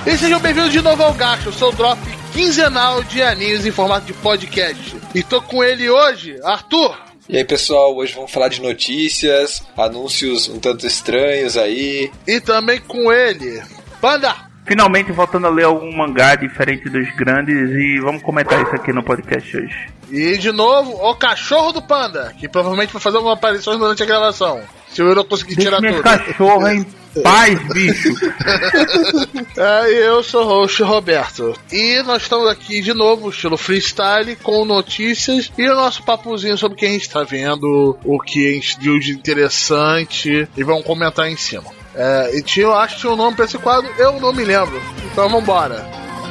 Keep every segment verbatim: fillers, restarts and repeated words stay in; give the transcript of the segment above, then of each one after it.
E sejam bem-vindos de novo ao Gacha, o seu drop quinzenal de animes em formato de podcast. E tô com ele hoje, Arthur. E aí, pessoal, hoje vamos falar de notícias, anúncios um tanto estranhos aí. E também com ele, Panda. Finalmente voltando a ler algum mangá diferente dos grandes e vamos comentar isso aqui no podcast hoje. E de novo, o cachorro do Panda, que provavelmente vai fazer alguma aparição durante a gravação. Se eu não conseguir tirar Deixa tudo. Deixa minha cachorra em paz, bicho. É, eu sou o host Roberto. E nós estamos aqui de novo, estilo freestyle, com notícias e o nosso papozinho sobre o que a gente está vendo, o que a gente viu de interessante e vamos comentar em cima. É, e tinha, eu acho que tinha um nome pra esse quadro, eu não me lembro. Então vambora.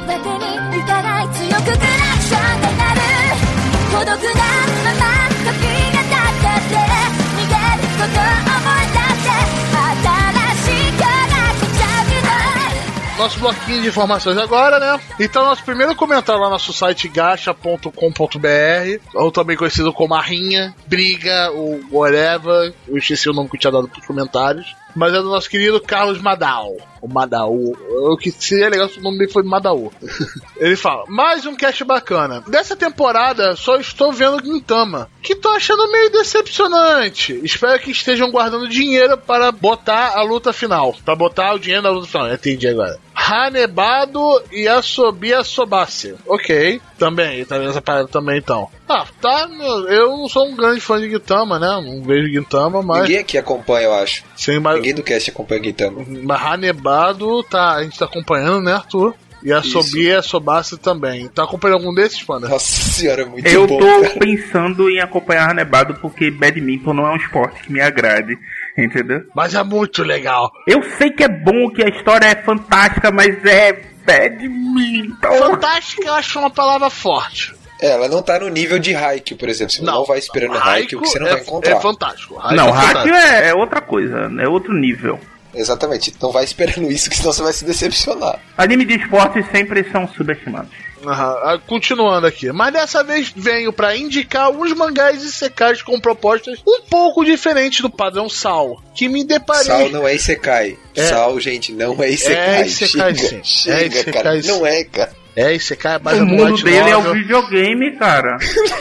Nosso bloquinho de informações agora, né? Então, nosso primeiro comentário lá no nosso site gacha ponto com ponto b r, ou também conhecido como Arrinha, Briga, ou whatever, eu esqueci o nome que eu tinha dado pros comentários, mas é do nosso querido Carlos Madal. O Madal. O que seria legal se o nome dele foi Madal. Ele fala: mais um cast bacana. Dessa temporada só estou vendo Gintama, que tô achando meio decepcionante. Espero que estejam guardando dinheiro para botar a luta final. Para botar o dinheiro na luta final. Entendi agora. Hanebado e Asobi Asobase. Ok. Também, tá vendo essa parada também então. Ah, tá. Eu não sou um grande fã de Gintama, né? Não vejo Gintama, mas. Ninguém aqui acompanha, eu acho. Sim, mas... Ninguém do cast acompanha Gintama. Mas Hanebado, tá, a gente tá acompanhando, né, Arthur? E a Sobi e a Sobase também. Tá acompanhando algum desses, Panda? Nossa senhora, é muito eu bom. Eu tô cara. pensando em acompanhar Hanebado porque badminton não é um esporte que me agrade, entendeu? Mas é muito legal. Eu sei que é bom, que a história é fantástica, mas é badminton. Fantástica eu acho uma palavra forte. É, ela não tá no nível de Haikyuu, por exemplo. Você não, não vai esperando Haikyuu, que você não é, vai encontrar. É fantástico. Haikyuu não, Haikyuu é, é outra coisa, é outro nível. Exatamente, não vai esperando isso, que senão você vai se decepcionar. Anime de esporte sempre são subestimados. Uhum. Continuando aqui, mas dessa vez venho pra indicar uns mangás e isekais com propostas um pouco diferentes do padrão Sal, que me deparei... Sal não é isekai. É. Sal, gente, não é isekai. É isekai, sim. Chega, é isekai, cara. sim. Não é, cara. É isekai, mas o mundo dele é o videogame, cara.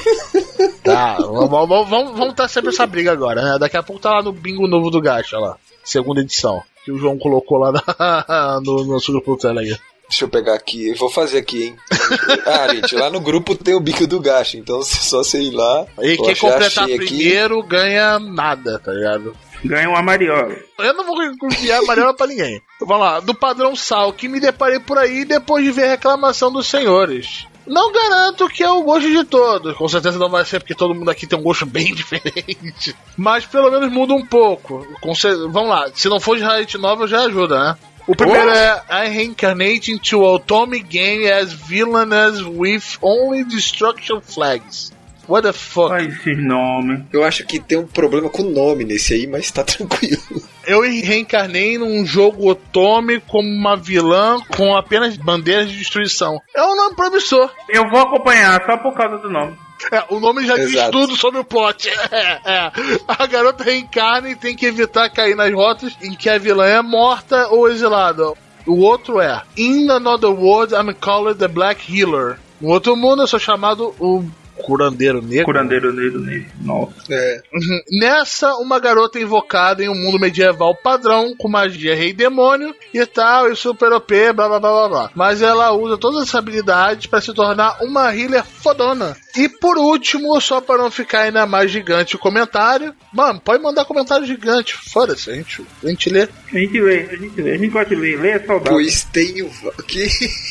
Tá, vamos, vamos, vamos, vamos tá sempre essa briga agora, né? Daqui a pouco tá lá no bingo novo do Gacha, lá. Segunda edição, que o João colocou lá na, no nosso grupo do Telegram. Deixa eu pegar aqui, eu vou fazer aqui, hein. Ah, gente, lá no grupo tem o bico do Gacha, então é só você ir lá. E quem completar primeiro aqui ganha nada, tá ligado? Ganha uma mariola. Eu não vou enviar mariola pra ninguém. Vamos lá, do padrão Sal, que me deparei por aí depois de ver a reclamação dos senhores. Não garanto que é o gosto de todos. Com certeza não vai ser, porque todo mundo aqui tem um gosto bem diferente. Mas pelo menos muda um pouco. Cer- Vamos lá, se não for de Riot Novel já ajuda, né? O primeiro oh. é I reincarnate into Otome game as villainous with only destruction flags. What the fuck? Olha esse nome. Eu acho que tem um problema com o nome nesse aí, mas tá tranquilo. Eu reencarnei num jogo Otome como uma vilã com apenas bandeiras de destruição. É um nome promissor. Eu vou acompanhar só por causa do nome. É, o nome já Exato. diz tudo sobre o plot. É, é. A garota reencarna e tem que evitar cair nas rotas em que a vilã é morta ou exilada. O outro é In Another World, I'm called the Black Healer. No outro mundo eu sou chamado o Curandeiro Negro. Curandeiro Negro, negro. Nossa. É. Uhum. Nessa, uma garota invocada em um mundo medieval padrão, com magia rei demônio e tal, e super O P, blá blá blá blá blá. Mas ela usa todas essas habilidades para se tornar uma healer fodona. E por último, só para não ficar ainda mais gigante o comentário, mano, pode mandar comentário gigante, foda-se, a gente, a gente lê. A gente lê, a gente lê, a gente gosta de ler, lê é saudável. Pois tenho... Que...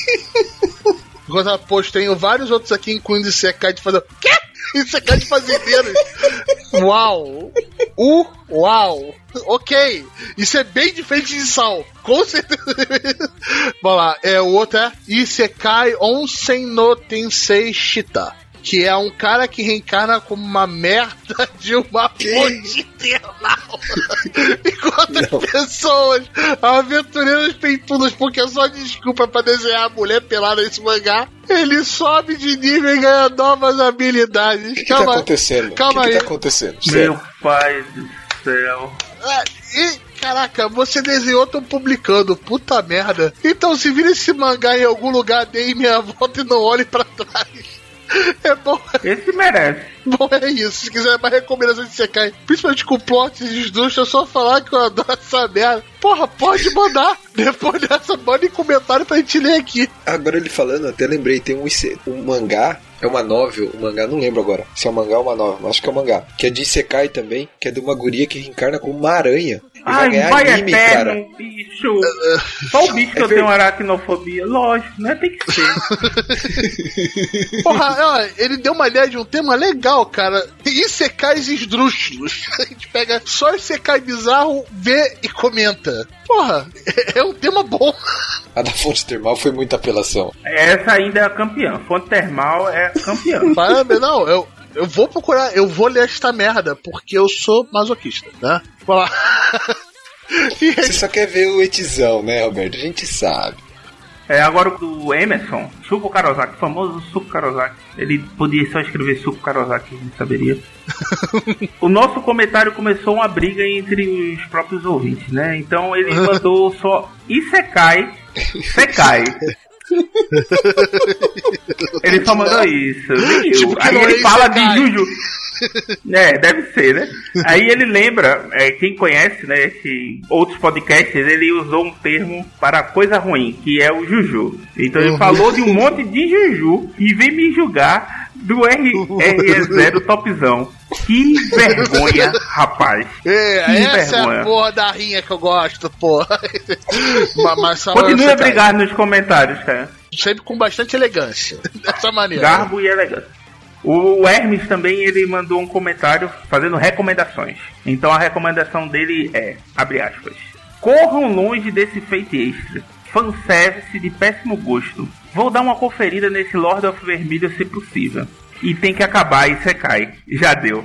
Enquanto ela posta, tenho vários outros aqui, incluindo Isekai de fazer... O quê? Isekai de fazendeiros. Uau. Uh, uau. Ok. Isso é bem diferente de Sal. Com certeza. Vamos lá. É, o outro é Isekai Onsen no Tensei Shita, que é um cara que reencarna como uma merda de uma fonte infernal. Enquanto as pessoas, aventureiras peitudas, porque é só desculpa pra desenhar a mulher pelada nesse mangá, ele sobe de nível e ganha novas habilidades. O que, que tá acontecendo? Calma que aí. O que tá acontecendo? Meu pai do céu. É, e, caraca, você desenhou, tô publicando, puta merda. Então se vira esse mangá em algum lugar, dê meia volta e não olhe pra trás. É bom. Esse merece. Bom, é isso. Se quiser mais recomendação de Isekai, principalmente com plots esdrúxulos, é só falar que eu adoro essa merda. Porra, pode mandar. Depois dessa, manda em comentário pra gente ler aqui. Agora ele falando, até lembrei, tem um, um mangá, é uma novel, um mangá, não lembro agora se é um mangá ou uma novel, mas acho que é um mangá, que é de Isekai também, que é de uma guria que reencarna como uma aranha. E Ai, vai ganhar vai anime, eterno, cara. bicho. Só o bicho que É eu tenho ver- aracnofobia, lógico, né? Tem que ser. Porra, ó, ele deu uma ideia de um tema legal, cara. Isekais esdrúxulos. A gente pega só Isekai bizarro, vê e comenta. Porra, é, é um tema bom. A da fonte termal foi muita apelação. Essa ainda é a campeã. Fonte termal é campeã. Parabéns, não, eu, eu vou procurar, eu vou ler esta merda, porque eu sou masoquista, né? Vou lá. E Você só quer ver o etizão, né, Roberto? A gente sabe. É, agora o do Emerson, Suko Karozaki, famoso Suko Karozaki. Ele podia só escrever Suko Karozaki, a gente saberia. O nosso comentário começou uma briga entre os próprios ouvintes, né? Então ele mandou só Isekai, Sekai. Ele só mandou isso, viu? Tipo que Aí não é ele fala de Isekai. Juju. É, deve ser, né? Aí ele lembra, é, quem conhece, né, esse, outros podcasts, ele usou um termo para coisa ruim, que é o Juju. Então ele Uhum. falou de um monte de Juju e vem me julgar do R E zero Topzão. Que vergonha, rapaz. É, Que essa é vergonha. a porra da rinha que eu gosto, porra. mas, mas só Continue você a brigar nos comentários, cara. tá sempre com bastante elegância. Dessa maneira. Garbo e elegância. O Hermes também, ele mandou um comentário fazendo recomendações. Então a recomendação dele é, abre aspas, corram longe desse feito extra. Fanservice de péssimo gosto. Vou dar uma conferida nesse Lord of Vermilion se possível. E tem que acabar e você cai. Já deu.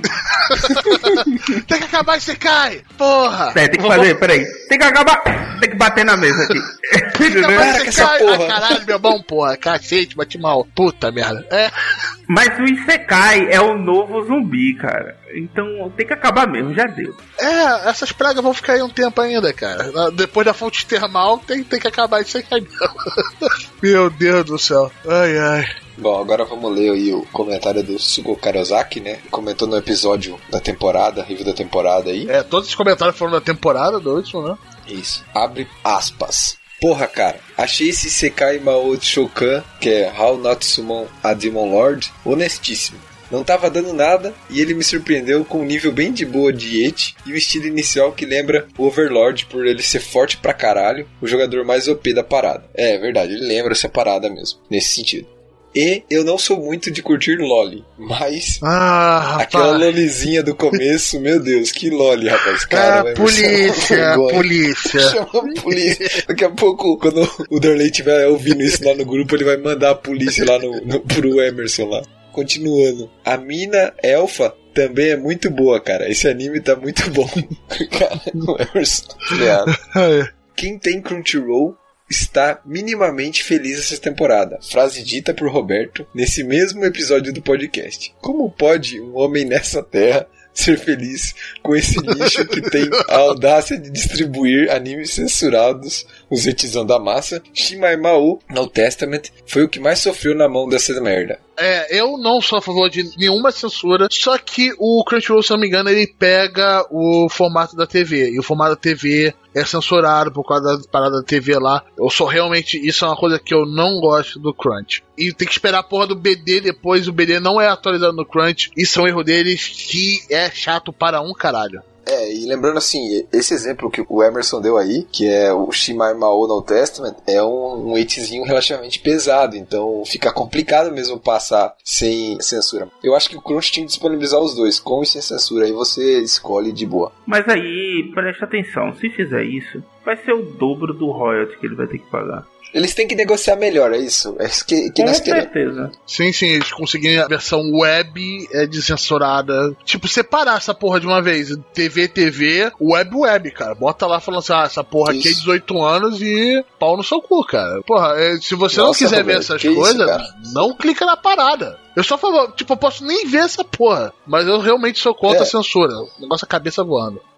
Tem que acabar e você cai! Porra! É, tem que fazer, peraí. Tem que acabar. Tem que bater na mesa aqui. Tem que acabar Para e com você essa cai! porra. Ah, caralho, meu bom, porra. Cacete, bate mal. Puta merda. É. Mas o Isekai é o novo zumbi, cara. Então tem que acabar mesmo, já deu. É, essas pragas vão ficar aí um tempo ainda, cara. Depois da fonte termal, tem, tem que acabar e você cai mesmo. Meu Deus do céu. Ai, ai. Bom, agora vamos ler aí o comentário do Sugo Karozaki, né? Comentou no episódio da temporada, review da temporada aí. É, todos os comentários foram da temporada do último, né? Isso. Abre aspas. Porra, cara, achei esse Sekai Mao de Shokan, que é How Not Summon a Demon Lord, honestíssimo. Não tava dando nada e ele me surpreendeu com um nível bem de boa de Eti e o estilo inicial que lembra o Overlord por ele ser forte pra caralho, o jogador mais O P da parada. É, é verdade, ele lembra essa parada mesmo, nesse sentido. E eu não sou muito de curtir loli, mas Ah, rapaz. aquela lolizinha do começo, meu Deus, que loli, rapaz. Cara, Ah, vai me polícia, chamar vergonha. polícia. Chama a polícia. Daqui a pouco, quando o Darley estiver ouvindo isso lá no grupo, ele vai mandar a polícia lá no, no, pro Emerson lá. Continuando. A mina elfa também é muito boa, cara. Esse anime tá muito bom. Cara, o Emerson. Aliado. Quem tem Crunchyroll está minimamente feliz essa temporada. Frase dita por Roberto nesse mesmo episódio do podcast. Como pode um homem nessa terra ser feliz com esse lixo que tem a audácia de distribuir animes censurados, os etizão da massa? Shimaimao, no Testament, foi o que mais sofreu na mão dessa merda. É, eu não sou a favor de nenhuma censura, só que o Crunchyroll, se não me engano, ele pega o formato da T V, e o formato da T V é censurado por causa da parada da T V lá. Eu sou realmente, isso é uma coisa que eu não gosto do Crunch. E tem que esperar a porra do B D depois, o B D não é atualizado no Crunch, isso é um erro deles que é chato para um caralho. É, e lembrando assim, esse exemplo que o Emerson deu aí, que é o Shimaimao no Testament, é um, um eitizinho relativamente pesado, então fica complicado mesmo passar sem censura. Eu acho que o Crunch tinha que disponibilizar os dois, com e sem censura, aí você escolhe de boa. Mas aí, presta atenção, se fizer isso, vai ser o dobro do royalty que ele vai ter que pagar. Eles têm que negociar melhor, é isso? É isso que, que Com nós queremos. certeza. Sim, sim, eles conseguirem a versão web é, descensurada. Tipo, separar essa porra de uma vez. T V, T V, web, web, cara. Bota lá falando assim, ah, essa porra aqui é Isso. dezoito anos e pau no seu cu, cara. Porra, é, se você não Nossa, quiser ver Roberto, essas que isso, coisas, cara? não clica na parada. Eu só falo, tipo, eu posso nem ver essa porra. Mas eu realmente sou contra É. a censura. O negócio é a cabeça voando.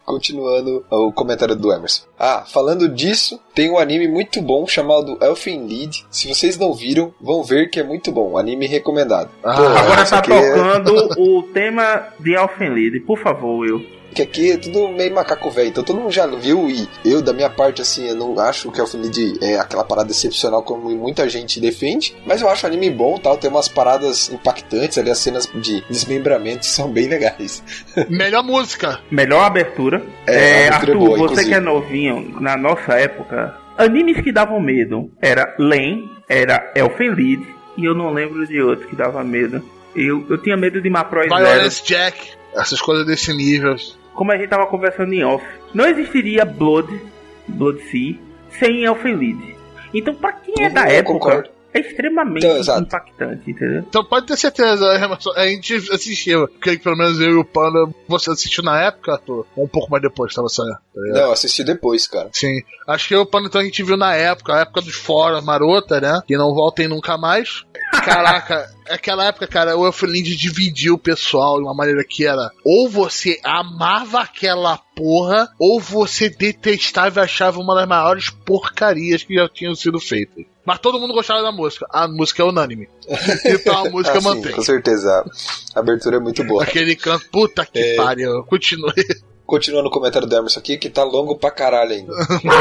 Continuando o comentário do Emerson. Ah, falando disso, tem um anime muito bom chamado Elfen Lied. Se vocês não viram, vão ver que é muito bom. Anime recomendado. Ah, Pô, agora tá tocando é... o tema de Elfen Lied. Por favor, Will. Que aqui é tudo meio macaco velho, então todo mundo já viu, e eu, da minha parte, assim, eu não acho que Elfen Lied é aquela parada excepcional como muita gente defende, mas eu acho anime bom, tal, tem umas paradas impactantes ali, as cenas de desmembramento são bem legais. Melhor música. Melhor abertura. É, é abertura Arthur, é boa, você inclusive. Que é novinho, na nossa época, animes que davam medo era Len, era Elfen Lied, e eu não lembro de outro que dava medo. Eu, eu tinha medo de Macross Zero. Violence Jack, essas coisas desse nível. Como a gente tava conversando em off, não existiria Blood, Blood Sea, sem Elfen Lied. Então, pra quem é da eu época, concordo. É extremamente então, impactante, entendeu? Então pode ter certeza, a gente assistiu, porque pelo menos eu e o Panda, você assistiu na época, Arthur? Ou um pouco mais depois, tava saindo? Tá não, eu assisti depois, cara. Sim, acho que eu e o Panda então a gente viu na época, a época dos fóruns marota, né? Que não voltem nunca mais. Caraca, aquela época, cara, o Elfen Lied dividiu o pessoal de uma maneira que era ou você amava aquela porra, ou você detestava e achava uma das maiores porcarias que já tinham sido feitas. Mas todo mundo gostava da música. A música é unânime. Então a música ah, mantém. Sim, com certeza. A abertura é muito boa. Aquele canto, puta que é... pariu. Continue. Continuando o comentário do Emerson aqui, que tá longo pra caralho ainda.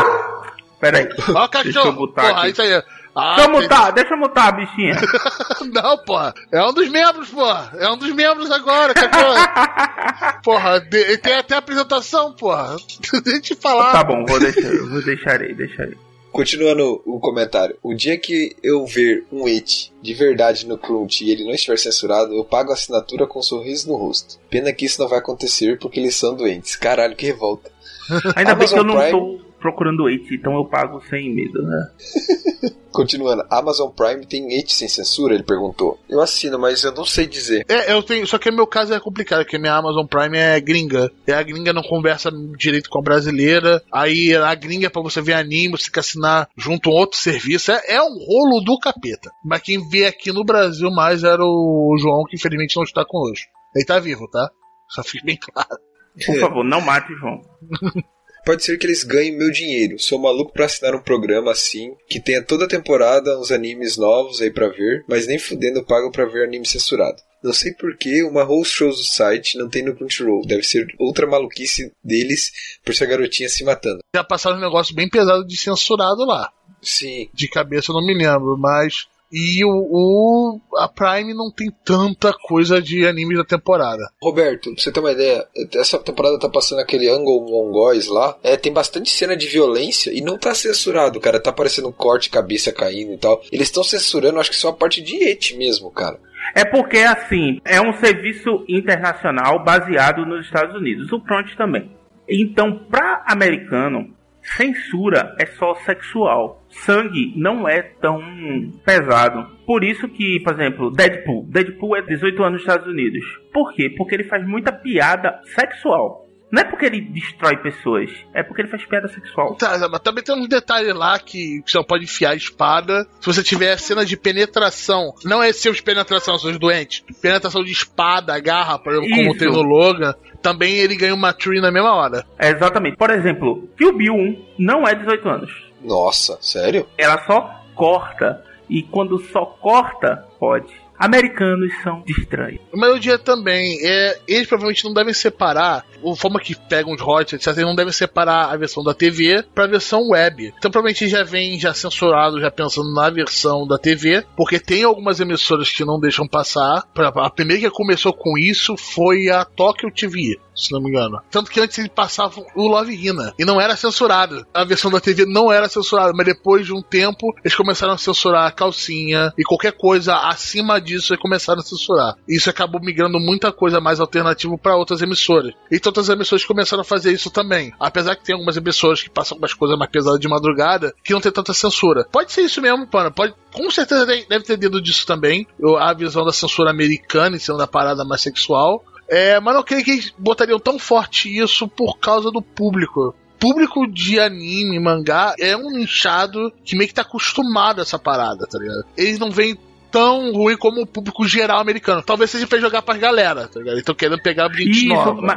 Pera aí. Ó, cachorro. Porra, isso aí. Ah, deixa eu mutar, tem... deixa eu mutar a bichinha. Não, porra. É um dos membros, porra. É um dos membros agora, cachorro. Porra, de... tem até a apresentação, porra. Deixa eu te falar. Tá bom, vou deixar, vou deixar aí, deixar aí. Continuando o comentário. O dia que eu ver um eti de verdade no Crunchy e ele não estiver censurado, eu pago a assinatura com um sorriso no rosto. Pena que isso não vai acontecer porque eles são doentes. Caralho, que revolta. Ainda bem que eu não Prime... tô procurando eti, então eu pago sem medo, né? Continuando, Amazon Prime tem eti sem censura? Ele perguntou. Eu assino, mas eu não sei dizer. É, eu tenho, só que o meu caso é complicado, porque minha Amazon Prime é gringa. E a gringa não conversa direito com a brasileira. Aí a gringa, pra você ver anime, você tem que assinar junto a um outro serviço. É, é um rolo do capeta. Mas quem vê aqui no Brasil mais era o João, que infelizmente não está conosco. Ele tá vivo, tá? Só fica bem claro. Por favor, não mate o João. Pode ser que eles ganhem meu dinheiro. Sou maluco pra assinar um programa assim, que tenha toda a temporada uns animes novos aí pra ver, mas nem fudendo eu pago pra ver anime censurado. Não sei porquê uma host shows do site não tem no Crunchyroll. Deve ser outra maluquice deles por ser a garotinha se matando. Já passaram um negócio bem pesado de censurado lá. Sim. De cabeça eu não me lembro, mas... E o, o a Prime não tem tanta coisa de anime da temporada. Roberto, pra você ter uma ideia, essa temporada tá passando aquele Angle Mongóis lá. É, tem bastante cena de violência e não tá censurado, cara. Tá aparecendo um corte, cabeça caindo e tal. Eles estão censurando, acho que só a parte de eti mesmo, cara. É porque, assim, é um serviço internacional baseado nos Estados Unidos. O Crunchy também. Então, pra americano, censura é só sexual. Sangue não é tão pesado. Por isso que, por exemplo, Deadpool. Deadpool é dezoito anos nos Estados Unidos. Por quê? Porque ele faz muita piada sexual. Não é porque ele destrói pessoas, é porque ele faz piada sexual. Tá, mas também tem uns detalhes lá que você não pode enfiar a espada. Se você tiver cena de penetração, não é seus de penetração, são os doentes. Penetração de espada, garra, por exemplo, como tem no Logan. Também ele ganha uma tree na mesma hora. É, exatamente. Por exemplo, Kill Bill um não é dezoito anos. Nossa, sério? Ela só corta. E quando só corta, pode. Americanos são estranhos. Mas o dia também, é, eles provavelmente não devem separar, a forma que pegam os royalties, etcétera, eles não devem separar a versão da T V pra versão web. Então provavelmente já vem já censurado, já pensando na versão da T V, porque tem algumas emissoras que não deixam passar. A primeira que começou com isso foi a Tokyo T V, se não me engano. Tanto que antes eles passavam o Love Hina, e não era censurado. A versão da T V não era censurada, mas depois de um tempo, eles começaram a censurar a calcinha, e qualquer coisa acima disso, eles começaram a censurar. E isso acabou migrando muita coisa mais alternativa para outras emissoras. E outras emissoras começaram a fazer isso também. Apesar que tem algumas emissoras que passam umas coisas mais pesadas de madrugada, que não tem tanta censura. Pode ser isso mesmo, Pana. Pode, com certeza deve ter dedo disso também. A visão da censura americana e sendo da parada mais sexual. É, mas não creio que eles botariam tão forte isso por causa do público. Público de anime, mangá, é um nichado que meio que tá acostumado a essa parada, tá ligado? Eles não veem tão ruim como o público geral americano. Talvez seja pra jogar pras galera, tá ligado? Eles estão querendo pegar brindes novos. Mas,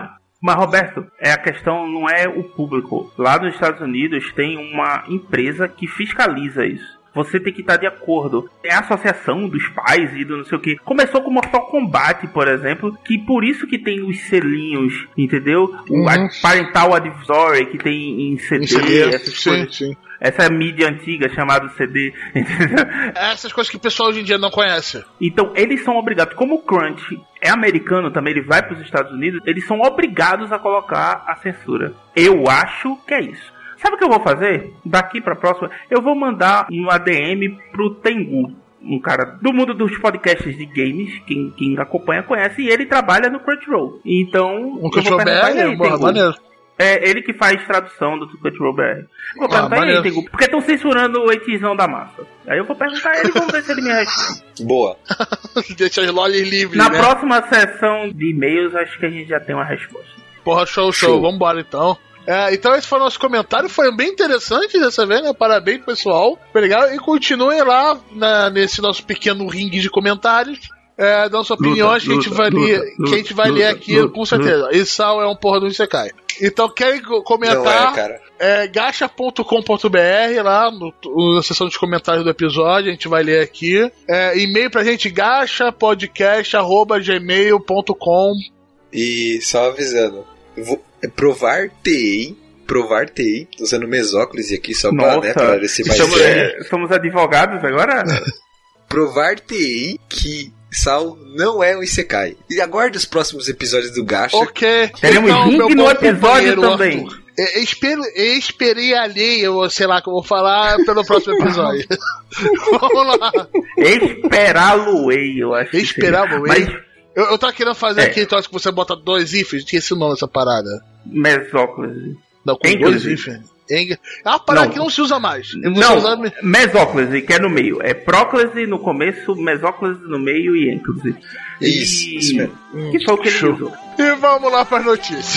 Mas, Roberto, é a questão não é o público. Lá nos Estados Unidos tem uma empresa que fiscaliza isso. Você tem que estar de acordo. É a associação dos pais e do não sei o que. Começou com o Mortal Kombat, por exemplo, que por isso que tem os selinhos, entendeu? Uhum. O Parental Advisory, que tem em C D, em C D essas sim, coisas. Sim. Essa mídia antiga chamada C D, entendeu? Essas coisas que o pessoal hoje em dia não conhece. Então, eles são obrigados, como o Crunch é americano também, ele vai para os Estados Unidos, eles são obrigados a colocar a censura. Eu acho que é isso. Sabe o que eu vou fazer? Daqui pra próxima, eu vou mandar um A D M pro Tengu, um cara do mundo dos podcasts de games, quem, quem acompanha conhece, e ele trabalha no Crunchyroll. Então, um Crunchyroll B R, é boa, maneiro. É ele que faz tradução do Crunchyroll B R. Vou perguntar ah, ele, Tengu, porque estão censurando o Eitizão da massa. Aí eu vou perguntar a ele e vamos ver se ele me responde. Boa. Deixa as lojas livres, Na né? próxima sessão de e-mails, acho que a gente já tem uma resposta. Porra, show, show. show. Vambora, então. É, então esse foi o nosso comentário, foi bem interessante dessa vez, né? Parabéns, pessoal. Obrigado. E continuem lá na, nesse nosso pequeno ringue de comentários. É, dando suas opiniões que a gente vai ler, que a gente vai ler aqui, luta, com certeza. Luta. Isao é um porra do Isekai. Então, querem comentar? É, é gacha ponto com ponto b r lá no, na seção de comentários do episódio, a gente vai ler aqui. É, e-mail pra gente, gacha podcast arroba gmail ponto com. E só avisando, eu vou provar-te-ei, provar-te-ei, tô usando mesóclise aqui só pra, né, pra ser mais somos, é, somos advogados agora? Provar-te-ei que Sal não é um Isekai. E aguarde os próximos episódios do Gacha. Ok. Teremos então, link no episódio também. Eu espero, eu esperei alheio, sei lá que eu vou falar, pelo próximo episódio. Vamos lá. Esperá-lo-ei, eu acho. Esperá-lo-ei. Mas eu, eu tava querendo fazer é. aqui, então acho que você bota dois ifs. Tinha esse nome, essa parada. Mesóclise. Não, com dois ifs. É uma parada não. que não se usa mais. Não, não usa... mesóclise, que é no meio. É próclise no começo, mesóclise no meio e ênclise. Isso, e... isso mesmo. Que foi o que ele Show. usou. E vamos lá para as notícias.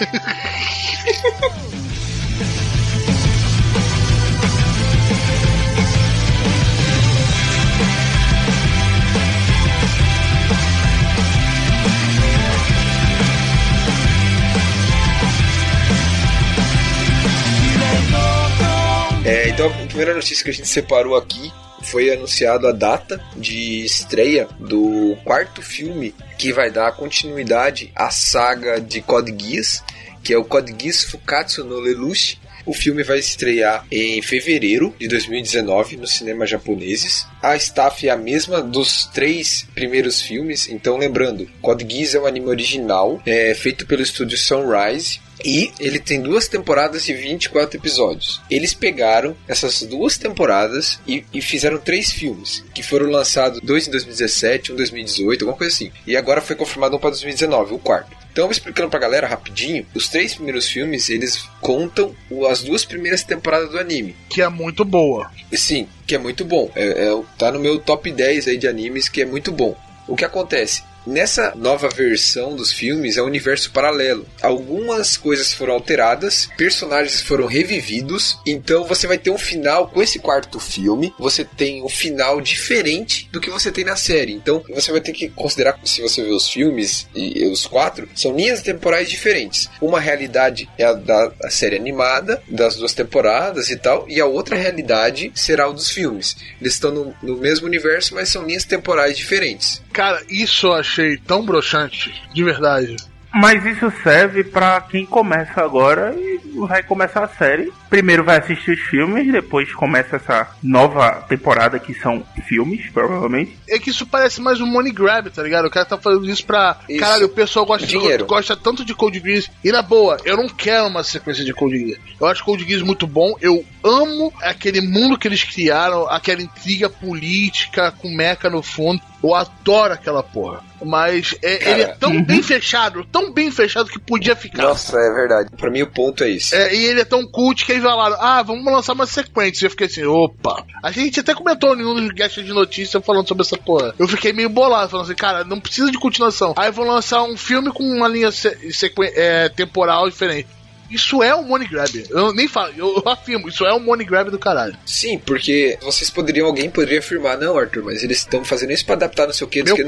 É, então a primeira notícia que a gente separou aqui foi anunciado a data de estreia do quarto filme que vai dar continuidade à saga de Code Geass, que é o Code Geass Fukatsu no Lelouch. O filme vai estrear em fevereiro de dois mil e dezenove nos cinemas japoneses. A staff é a mesma dos três primeiros filmes, então lembrando, Code Geass é um anime original, é feito pelo estúdio Sunrise. E ele tem duas temporadas de vinte e quatro episódios. Eles pegaram essas duas temporadas e, e fizeram três filmes, que foram lançados, dois em dois mil e dezessete, um em dois mil e dezoito, alguma coisa assim. E agora foi confirmado um para dois mil e dezenove, o quarto. Então, explicando pra galera rapidinho, os três primeiros filmes, eles contam as duas primeiras temporadas do anime. Que é muito boa. Sim, que é muito bom. É, é, tá no meu top dez aí de animes, que é muito bom. O que acontece? Nessa nova versão dos filmes é um universo paralelo. Algumas coisas foram alteradas, personagens foram revividos, então você vai ter um final com esse quarto filme. Você tem um final diferente do que você tem na série. Então você vai ter que considerar, se você ver os filmes e os quatro, são linhas temporais diferentes. Uma realidade é a da a série animada, das duas temporadas e tal, e a outra realidade será o dos filmes. Eles estão no, no mesmo universo, mas são linhas temporais diferentes. Cara, isso eu achei tão broxante, de verdade. Mas isso serve pra quem começa agora e vai começar a série. Primeiro vai assistir os filmes, depois começa essa nova temporada que são filmes, provavelmente. É que isso parece mais um money grab, tá ligado? O cara tá fazendo isso pra... Isso. Caralho, o pessoal gosta, de, gosta tanto de Code Geass. E na boa, eu não quero uma sequência de Code Geass. Eu acho Code Geass muito bom. Eu amo aquele mundo que eles criaram, aquela intriga política com mecha no fundo. Eu adoro aquela porra. Mas é, cara, ele é tão uhum. bem fechado, tão bem fechado que podia ficar. Nossa, é verdade. Pra mim o ponto é isso. É, e ele é tão cult que eles falaram, ah, vamos lançar uma sequência. E eu fiquei assim, opa. A gente até comentou em um dos gastos de notícia falando sobre essa porra. Eu fiquei meio bolado, falando assim, cara, não precisa de continuação. Aí vou lançar um filme com uma linha se- sequ- é, temporal diferente. Isso é um money grab. Eu nem falo, eu afirmo, isso é um money grab do caralho. Sim, porque vocês poderiam, alguém poderia afirmar, não, Arthur, mas eles estão fazendo isso pra adaptar não sei o que, não sei o que, não.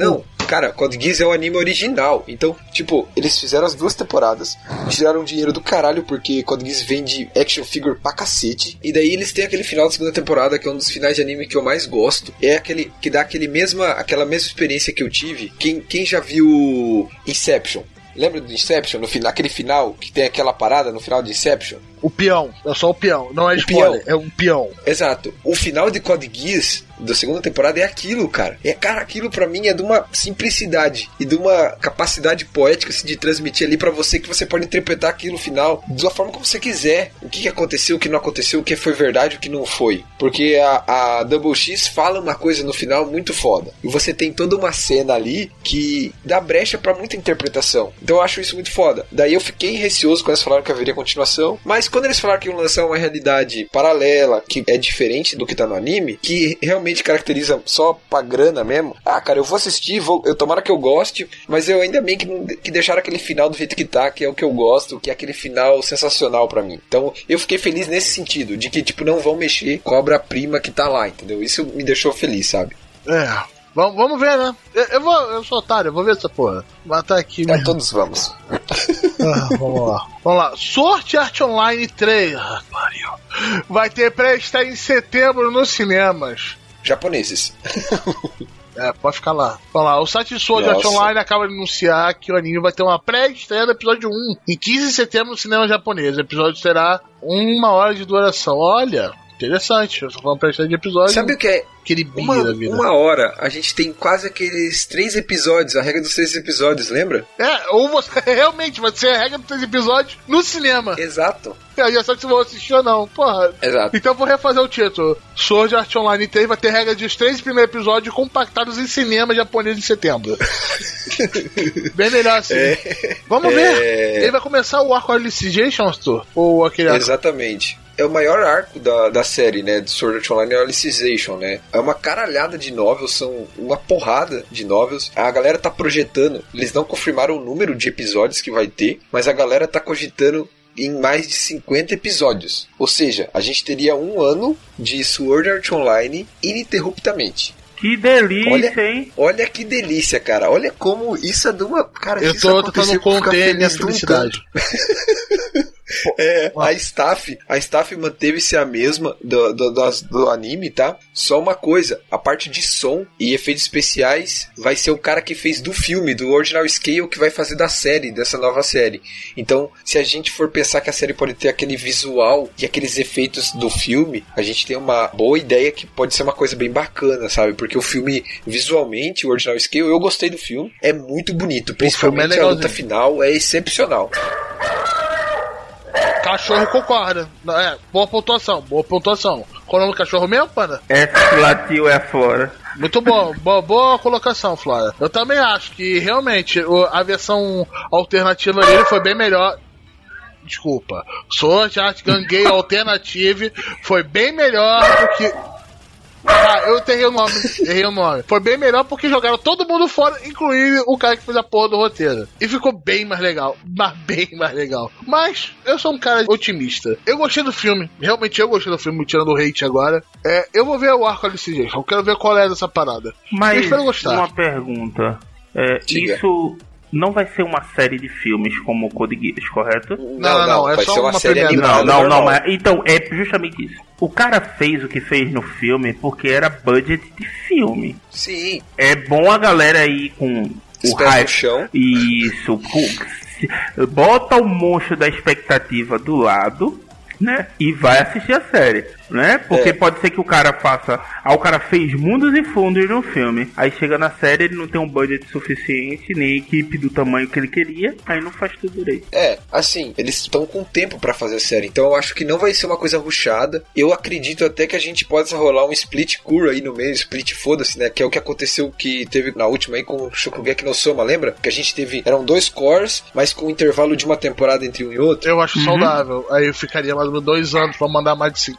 cara, Code Geass é o anime original. Então, tipo, eles fizeram as duas temporadas, tiraram dinheiro do caralho, porque Code Geass vende action figure pra cacete. E daí eles têm aquele final da segunda temporada, que é um dos finais de anime que eu mais gosto. É aquele que dá aquele mesma, aquela mesma experiência que eu tive. Quem, quem já viu Inception? Lembra do Inception? No final, aquele final que tem aquela parada no final de Inception? O peão, é só o peão, não é spoiler, é um peão. Exato. O final de Code Geass da segunda temporada é aquilo, cara. É, cara, aquilo pra mim é de uma simplicidade e de uma capacidade poética assim, de transmitir ali pra você, que você pode interpretar aquilo final da forma como você quiser. O que aconteceu, o que não aconteceu, o que foi verdade, o que não foi. Porque a, a Double X fala uma coisa no final muito foda. E você tem toda uma cena ali que dá brecha pra muita interpretação. Então eu acho isso muito foda. Daí eu fiquei receoso quando eles falaram que haveria continuação, mas quando eles falaram que iam lançar uma realidade paralela, que é diferente do que tá no anime, que realmente caracteriza só pra grana mesmo, ah, cara, eu vou assistir, vou, eu tomara que eu goste, mas eu ainda bem que, não, que deixaram aquele final do jeito que tá, que é o que eu gosto, que é aquele final sensacional pra mim. Então, eu fiquei feliz nesse sentido, de que, tipo, não vão mexer com a obra-prima que tá lá, entendeu? Isso me deixou feliz, sabe? É... Vamos, vamos ver, né? Eu, eu, vou, eu sou otário, eu vou ver essa porra. Vai estar aqui é, mesmo. Todos vamos. Ah, vamos lá. Vamos lá. Sword Art Online três. Ah, pariu. Vai ter pré-estreia em setembro nos cinemas. Japoneses. É, pode ficar lá. Vamos lá. O site Sword Art Online acaba de anunciar que o anime vai ter uma pré-estreia do episódio um. Em quinze de setembro no cinema japonês. O episódio terá uma hora de duração. Olha... Interessante, eu só falando pra de episódio. Sabe o que é? Aquele uma, da vida. Uma hora, a gente tem quase aqueles três episódios, a regra dos três episódios, lembra? É, ou você realmente vai ser a regra dos três episódios no cinema. Exato. É, já sabe se vão assistir ou não, porra. Exato. Então vou refazer o título. Sword Art Online três vai ter regra dos três primeiros episódios compactados em cinema japonês em setembro. Bem melhor assim. É, Vamos é... ver. Ele vai começar o arco Alicization, Arthur? Ou aquele arco? Exatamente. É o maior arco da, da série, né, de Sword Art Online, é o Alicization, né? É uma caralhada de novels, são uma porrada de novels. A galera tá projetando, eles não confirmaram o número de episódios que vai ter, mas a galera tá cogitando em mais de cinquenta episódios. Ou seja, a gente teria um ano de Sword Art Online ininterruptamente. Que delícia, olha, hein? Olha que delícia, cara. Olha como isso é de uma... Cara, eu tô tentando conter minha felicidade. É, a staff, a staff manteve-se a mesma do, do, do, do anime, tá? Só uma coisa, a parte de som e efeitos especiais vai ser o cara que fez do filme, do Original Scale, que vai fazer da série, dessa nova série. Então, se a gente for pensar que a série pode ter aquele visual e aqueles efeitos do filme, a gente tem uma boa ideia que pode ser uma coisa bem bacana, sabe? Porque o filme, visualmente, o Original Scale, eu gostei do filme, é muito bonito, principalmente é a luta final, é excepcional. Cachorro concorda. É, boa pontuação, boa pontuação. Qual é o nome do cachorro mesmo, Panda? É Latil, é Flora. Muito bom, boa, boa colocação, Flora. Eu também acho que realmente a versão alternativa dele foi bem melhor. Desculpa. Sword Art Gangay Alternative foi bem melhor do que... Ah, eu errei o nome, errei o nome. Foi bem melhor porque jogaram todo mundo fora, incluindo o cara que fez a porra do roteiro. E ficou bem mais legal, mas bem mais legal. Mas eu sou um cara otimista. Eu gostei do filme, realmente eu gostei do filme, tirando o hate agora. É, eu vou ver o arco Alicization, eu quero ver qual é dessa parada. Mas eu espero gostar. Uma pergunta, é, isso... não vai ser uma série de filmes como o Code Geass, correto? Não, não, não, não é vai só ser uma, uma série animada. Não, não, não, mas, então, é justamente isso. O cara fez o que fez no filme porque era budget de filme. Sim. É bom a galera aí com o hype. Chão. Isso. Com, bota o monstro da expectativa do lado, né? E vai assistir a série, né? Porque é. pode ser que o cara faça... Ah, o cara fez mundos e fundos no filme. Aí chega na série, ele não tem um budget suficiente, nem equipe do tamanho que ele queria. Aí não faz tudo direito. É, assim, eles estão com tempo pra fazer a série. Então eu acho que não vai ser uma coisa rushada. Eu acredito até que a gente possa rolar um split cure aí no meio. Split foda-se, né? Que é o que aconteceu, que teve na última aí com o Shokugeki no Soma, lembra? Que a gente teve... Eram dois cores, mas com um intervalo de uma temporada entre um e outro. Eu acho uhum. saudável. Aí eu ficaria mais ou menos dois anos pra mandar mais de cinquenta episódios.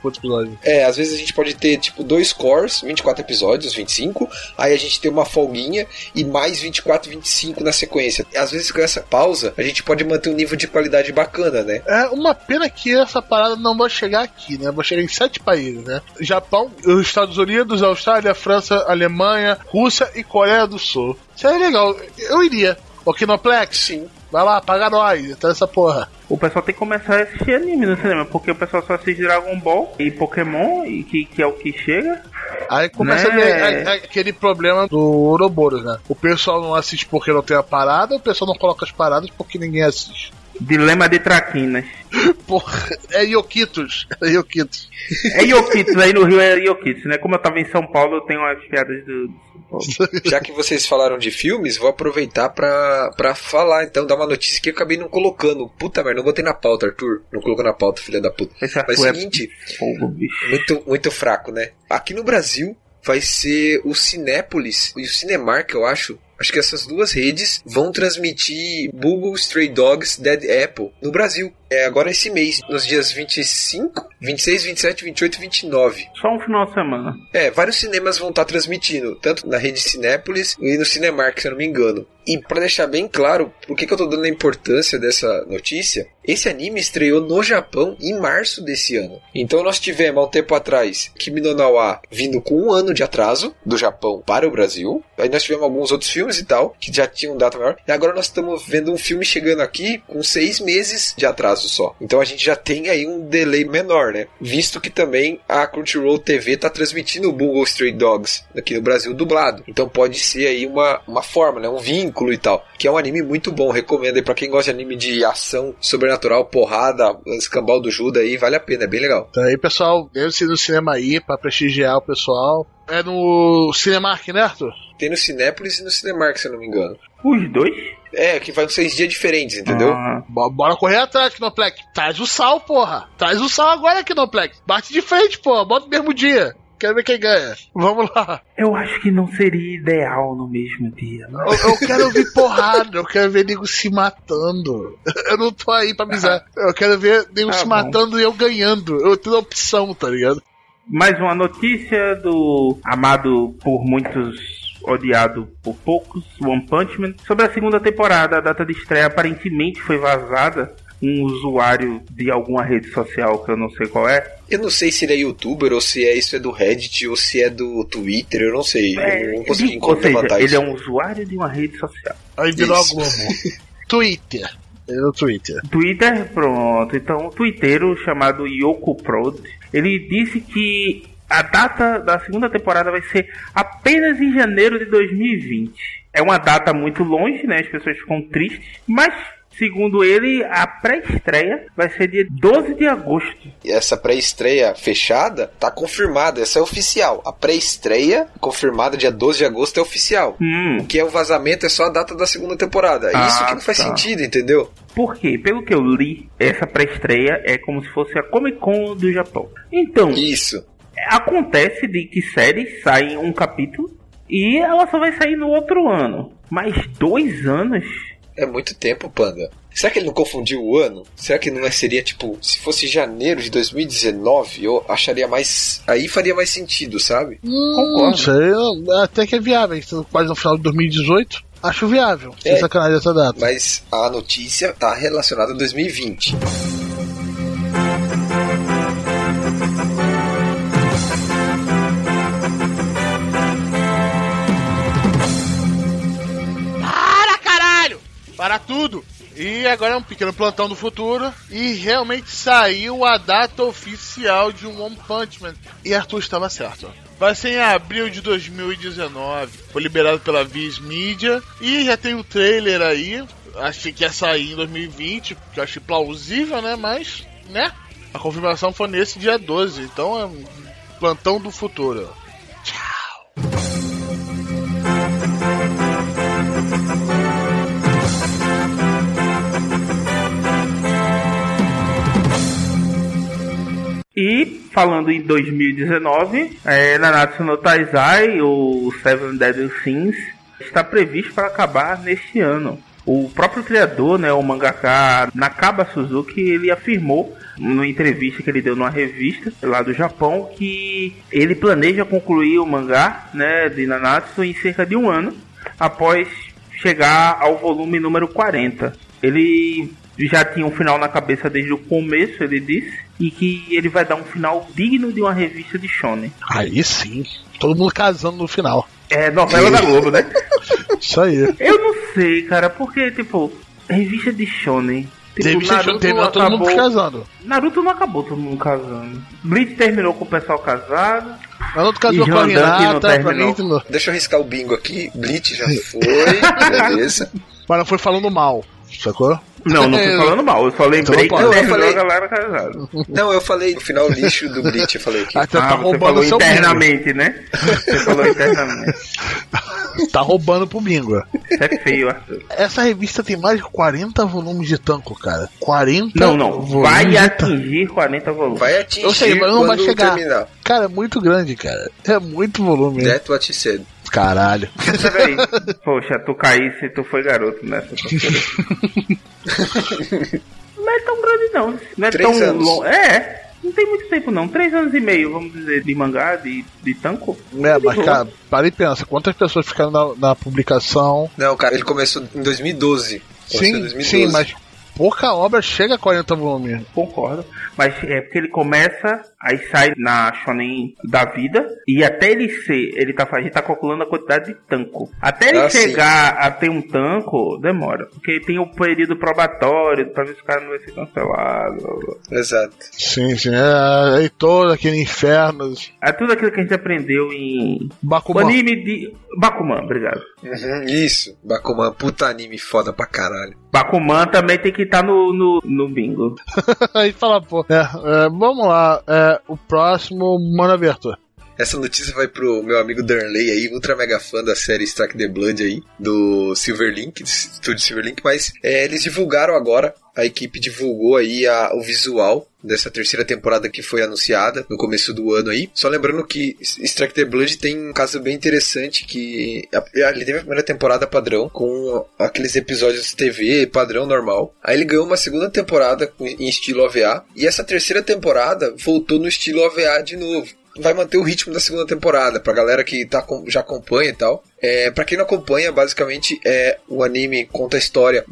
episódio. É, às vezes a gente pode ter, tipo, dois cores, vinte e quatro episódios, vinte e cinco, aí a gente tem uma folguinha e mais vinte e quatro, vinte e cinco na sequência. Às vezes com essa pausa, a gente pode manter um nível de qualidade bacana, né? É uma pena que essa parada não vai chegar aqui, né? Vai chegar em sete países, né? Japão, os Estados Unidos, Austrália, França, Alemanha, Rússia e Coreia do Sul. Isso é legal, eu iria. O Kinoplex? Sim. Vai lá, paga nós, então essa porra. O pessoal tem que começar a assistir anime no cinema, porque o pessoal só assiste Dragon Ball e Pokémon, e que, que é o que chega. Aí começa né? a, a, a, aquele problema do Ouroboros, né? O pessoal não assiste porque não tem a parada, o pessoal não coloca as paradas porque ninguém assiste. Dilema de Traquinas. Porra, é Ioquitos. É Ioquitos. É Ioquitos, aí no Rio é Ioquitos, né? Como eu tava em São Paulo, eu tenho umas piadas do, do São Paulo. Já que vocês falaram de filmes, vou aproveitar pra, pra falar, então, dar uma notícia que eu acabei não colocando. Puta merda, não botei na pauta, Arthur. Não colocou na pauta, filha da puta. Esse Mas é é o seguinte, fogo, bicho. muito, muito fraco, né? Aqui no Brasil vai ser o Cinépolis e o Cinemark, eu acho. Acho que essas duas redes vão transmitir Google Stray Dogs Dead Apple no Brasil. É agora esse mês, nos dias vinte e cinco, vinte e seis, vinte e sete, vinte e oito e vinte e nove. Só um final de semana. É, vários cinemas vão estar transmitindo, tanto na rede Cinépolis e no Cinemark, se eu não me engano. E pra deixar bem claro por que, que eu tô dando a importância dessa notícia, esse anime estreou no Japão em março desse ano. Então nós tivemos há um tempo atrás Kimi no Na wa vindo com um ano de atraso do Japão para o Brasil. Aí nós tivemos alguns outros filmes e tal, que já tinham data maior. E agora nós estamos vendo um filme chegando aqui com seis meses de atraso só. Então a gente já tem aí um delay menor, né? Visto que também a Crunchyroll T V tá transmitindo o Bungo Stray Dogs aqui no Brasil dublado. Então pode ser aí uma, uma forma, né? Um vínculo e tal. Que é um anime muito bom. Recomendo aí pra quem gosta de anime de ação sobrenatural, porrada, escambau do Judas aí. Vale a pena, é bem legal. Então aí, pessoal, deve-se no cinema aí pra prestigiar o pessoal. É no Cinemark, né, Arthur? Tem no Cinépolis e no Cinemark, se eu não me engano. Os dois? É, que vai seis dias diferentes, entendeu? Ah. Bora correr atrás, Kinoplex. Traz o sal, porra. Traz o sal agora, Kinoplex. Bate de frente, porra. Bota no mesmo dia. Quero ver quem ganha. Vamos lá. Eu acho que não seria ideal no mesmo dia. Não? Eu, eu quero ver porrada. Eu quero ver nego se matando. Eu não tô aí pra avisar. Eu quero ver nego Ah, se bom. matando e eu ganhando. Eu tenho opção, tá ligado? Mais uma notícia do amado por muitos, odiado por poucos, One Punch Man. Sobre a segunda temporada, a data de estreia aparentemente foi vazada. Um usuário de alguma rede social que eu não sei qual é. Eu não sei se ele é youtuber ou se é isso é do Reddit ou se é do Twitter, eu não sei. É, eu não consegui ele, ou seja, levantar ele isso. é um usuário de uma rede social. Aí virou a Isso. Globo. Twitter. Ele é no Twitter. Twitter, pronto. Então, um twitteiro chamado Yoko Prod, ele disse que a data da segunda temporada vai ser apenas em janeiro de dois mil e vinte. É uma data muito longe, né? As pessoas ficam tristes, mas segundo ele, a pré-estreia vai ser dia doze de agosto. E essa pré-estreia fechada tá confirmada, essa é oficial. A pré-estreia confirmada dia doze de agosto é oficial. Hum. O que é o vazamento é só a data da segunda temporada. Ah, Isso que não faz tá. sentido, entendeu? Por quê? Pelo que eu li, essa pré-estreia é como se fosse a Comic Con do Japão. Então, Isso. acontece de que séries saem um capítulo e ela só vai sair no outro ano. Mas dois anos? É muito tempo, Panda. Será que ele não confundiu o ano? Será que não é- seria, tipo, se fosse janeiro de dois mil e dezenove, eu acharia mais... Aí faria mais sentido, sabe? Hum, não sei, até que é viável. Estamos quase no final de dois mil e dezoito. Acho viável. Sem É. sacanagem essa data. Mas a notícia tá relacionada a dois mil e vinte. Para, caralho! Para tudo! E agora é um pequeno plantão do futuro. E realmente saiu a data oficial de um One Punch Man. E Arthur estava certo. Vai ser em abril de dois mil e dezenove. Foi liberado pela Viz Media. E já tem o trailer aí. Achei que ia sair em dois mil e vinte. Que eu achei plausível, né? Mas, né? A confirmação foi nesse dia doze. Então é um plantão do futuro. E, falando em dois mil e dezenove, é, Nanatsu no Taizai, o Seven Deadly Sins, está previsto para acabar neste ano. O próprio criador, né, o mangaka Nakaba Suzuki, ele afirmou numa entrevista que ele deu numa revista lá do Japão que ele planeja concluir o mangá, né, de Nanatsu em cerca de um ano após chegar ao volume número quarenta. Ele já tinha um final na cabeça desde o começo, ele disse, e que ele vai dar um final digno de uma revista de shonen. Aí sim, todo mundo casando no final. É novela da Globo, né? Isso aí. Eu não sei, cara, porque, tipo, revista de shonen. Tipo, revista de shonen terminou todo mundo casando. Naruto não acabou todo mundo casando. Bleach terminou com o pessoal casado. Naruto casou com a Hinata, pra mim. Deixa eu arriscar o bingo aqui. Bleach já foi, beleza. Mas não foi falando mal, sacou? Não, não fui falando mal, eu só lembrei então, que eu terminou falei... a galera casada. Não, eu falei o final lixo do Bleach, eu falei aqui. Ah, então ah, tá você roubando falou o seu internamente, bingo. Né? Você falou internamente. Tá roubando pro bingo. Isso é feio, Arthur. Essa revista tem mais de quarenta volumes de Tanco, cara. quarenta Não, não, volumes vai atingir quarenta volumes. Vai atingir Eu sei, mas não vai chegar. Terminar. Cara, é muito grande, cara. É muito volume. That's what she said. Caralho. Peraí. Poxa, tu caísse e tu foi garoto nessa. Não é tão grande não. Não é Três tão anos. longo. É, não tem muito tempo não. Três anos e meio, vamos dizer, de mangá, de, de Tanco. É, mas cara, para e pensa, quantas pessoas ficaram na, na publicação? Não, cara, ele começou em dois mil e doze. Começou Sim, em dois mil e doze. sim, mas pouca obra chega a quarenta volumes. Concordo. Mas é porque ele começa, aí sai na Shonen da vida, e até ele ser, ele tá, a gente tá calculando a quantidade de tanco. Até ele ah, chegar sim. a ter um tanco, demora. Porque tem o período probatório, pra ver se o cara não vai ser cancelado. Exato. Sim, sim. É, é todo aquele inferno. É tudo aquilo que a gente aprendeu em... Bakuman. O anime de... Bakuman, obrigado. Uhum, isso. Bakuman, puta anime foda pra caralho. Bakuman também tem que estar tá no, no, no bingo. Aí fala, pô. É, é, vamos lá. É, o próximo, Mano Aberto. Essa notícia vai pro meu amigo Darnley aí, ultra mega fã da série Strike the Blood aí, do Silverlink, do estúdio Silverlink, mas é, eles divulgaram agora, a equipe divulgou aí a, o visual dessa terceira temporada que foi anunciada no começo do ano aí. Só lembrando que Strike the Blood tem um caso bem interessante que ele teve a primeira temporada padrão com aqueles episódios de T V padrão normal. Aí ele ganhou uma segunda temporada em estilo O V A e essa terceira temporada voltou no estilo O V A de novo. Vai manter o ritmo da segunda temporada, pra galera que tá, já acompanha e tal. É, pra quem não acompanha, basicamente, é, o anime conta a história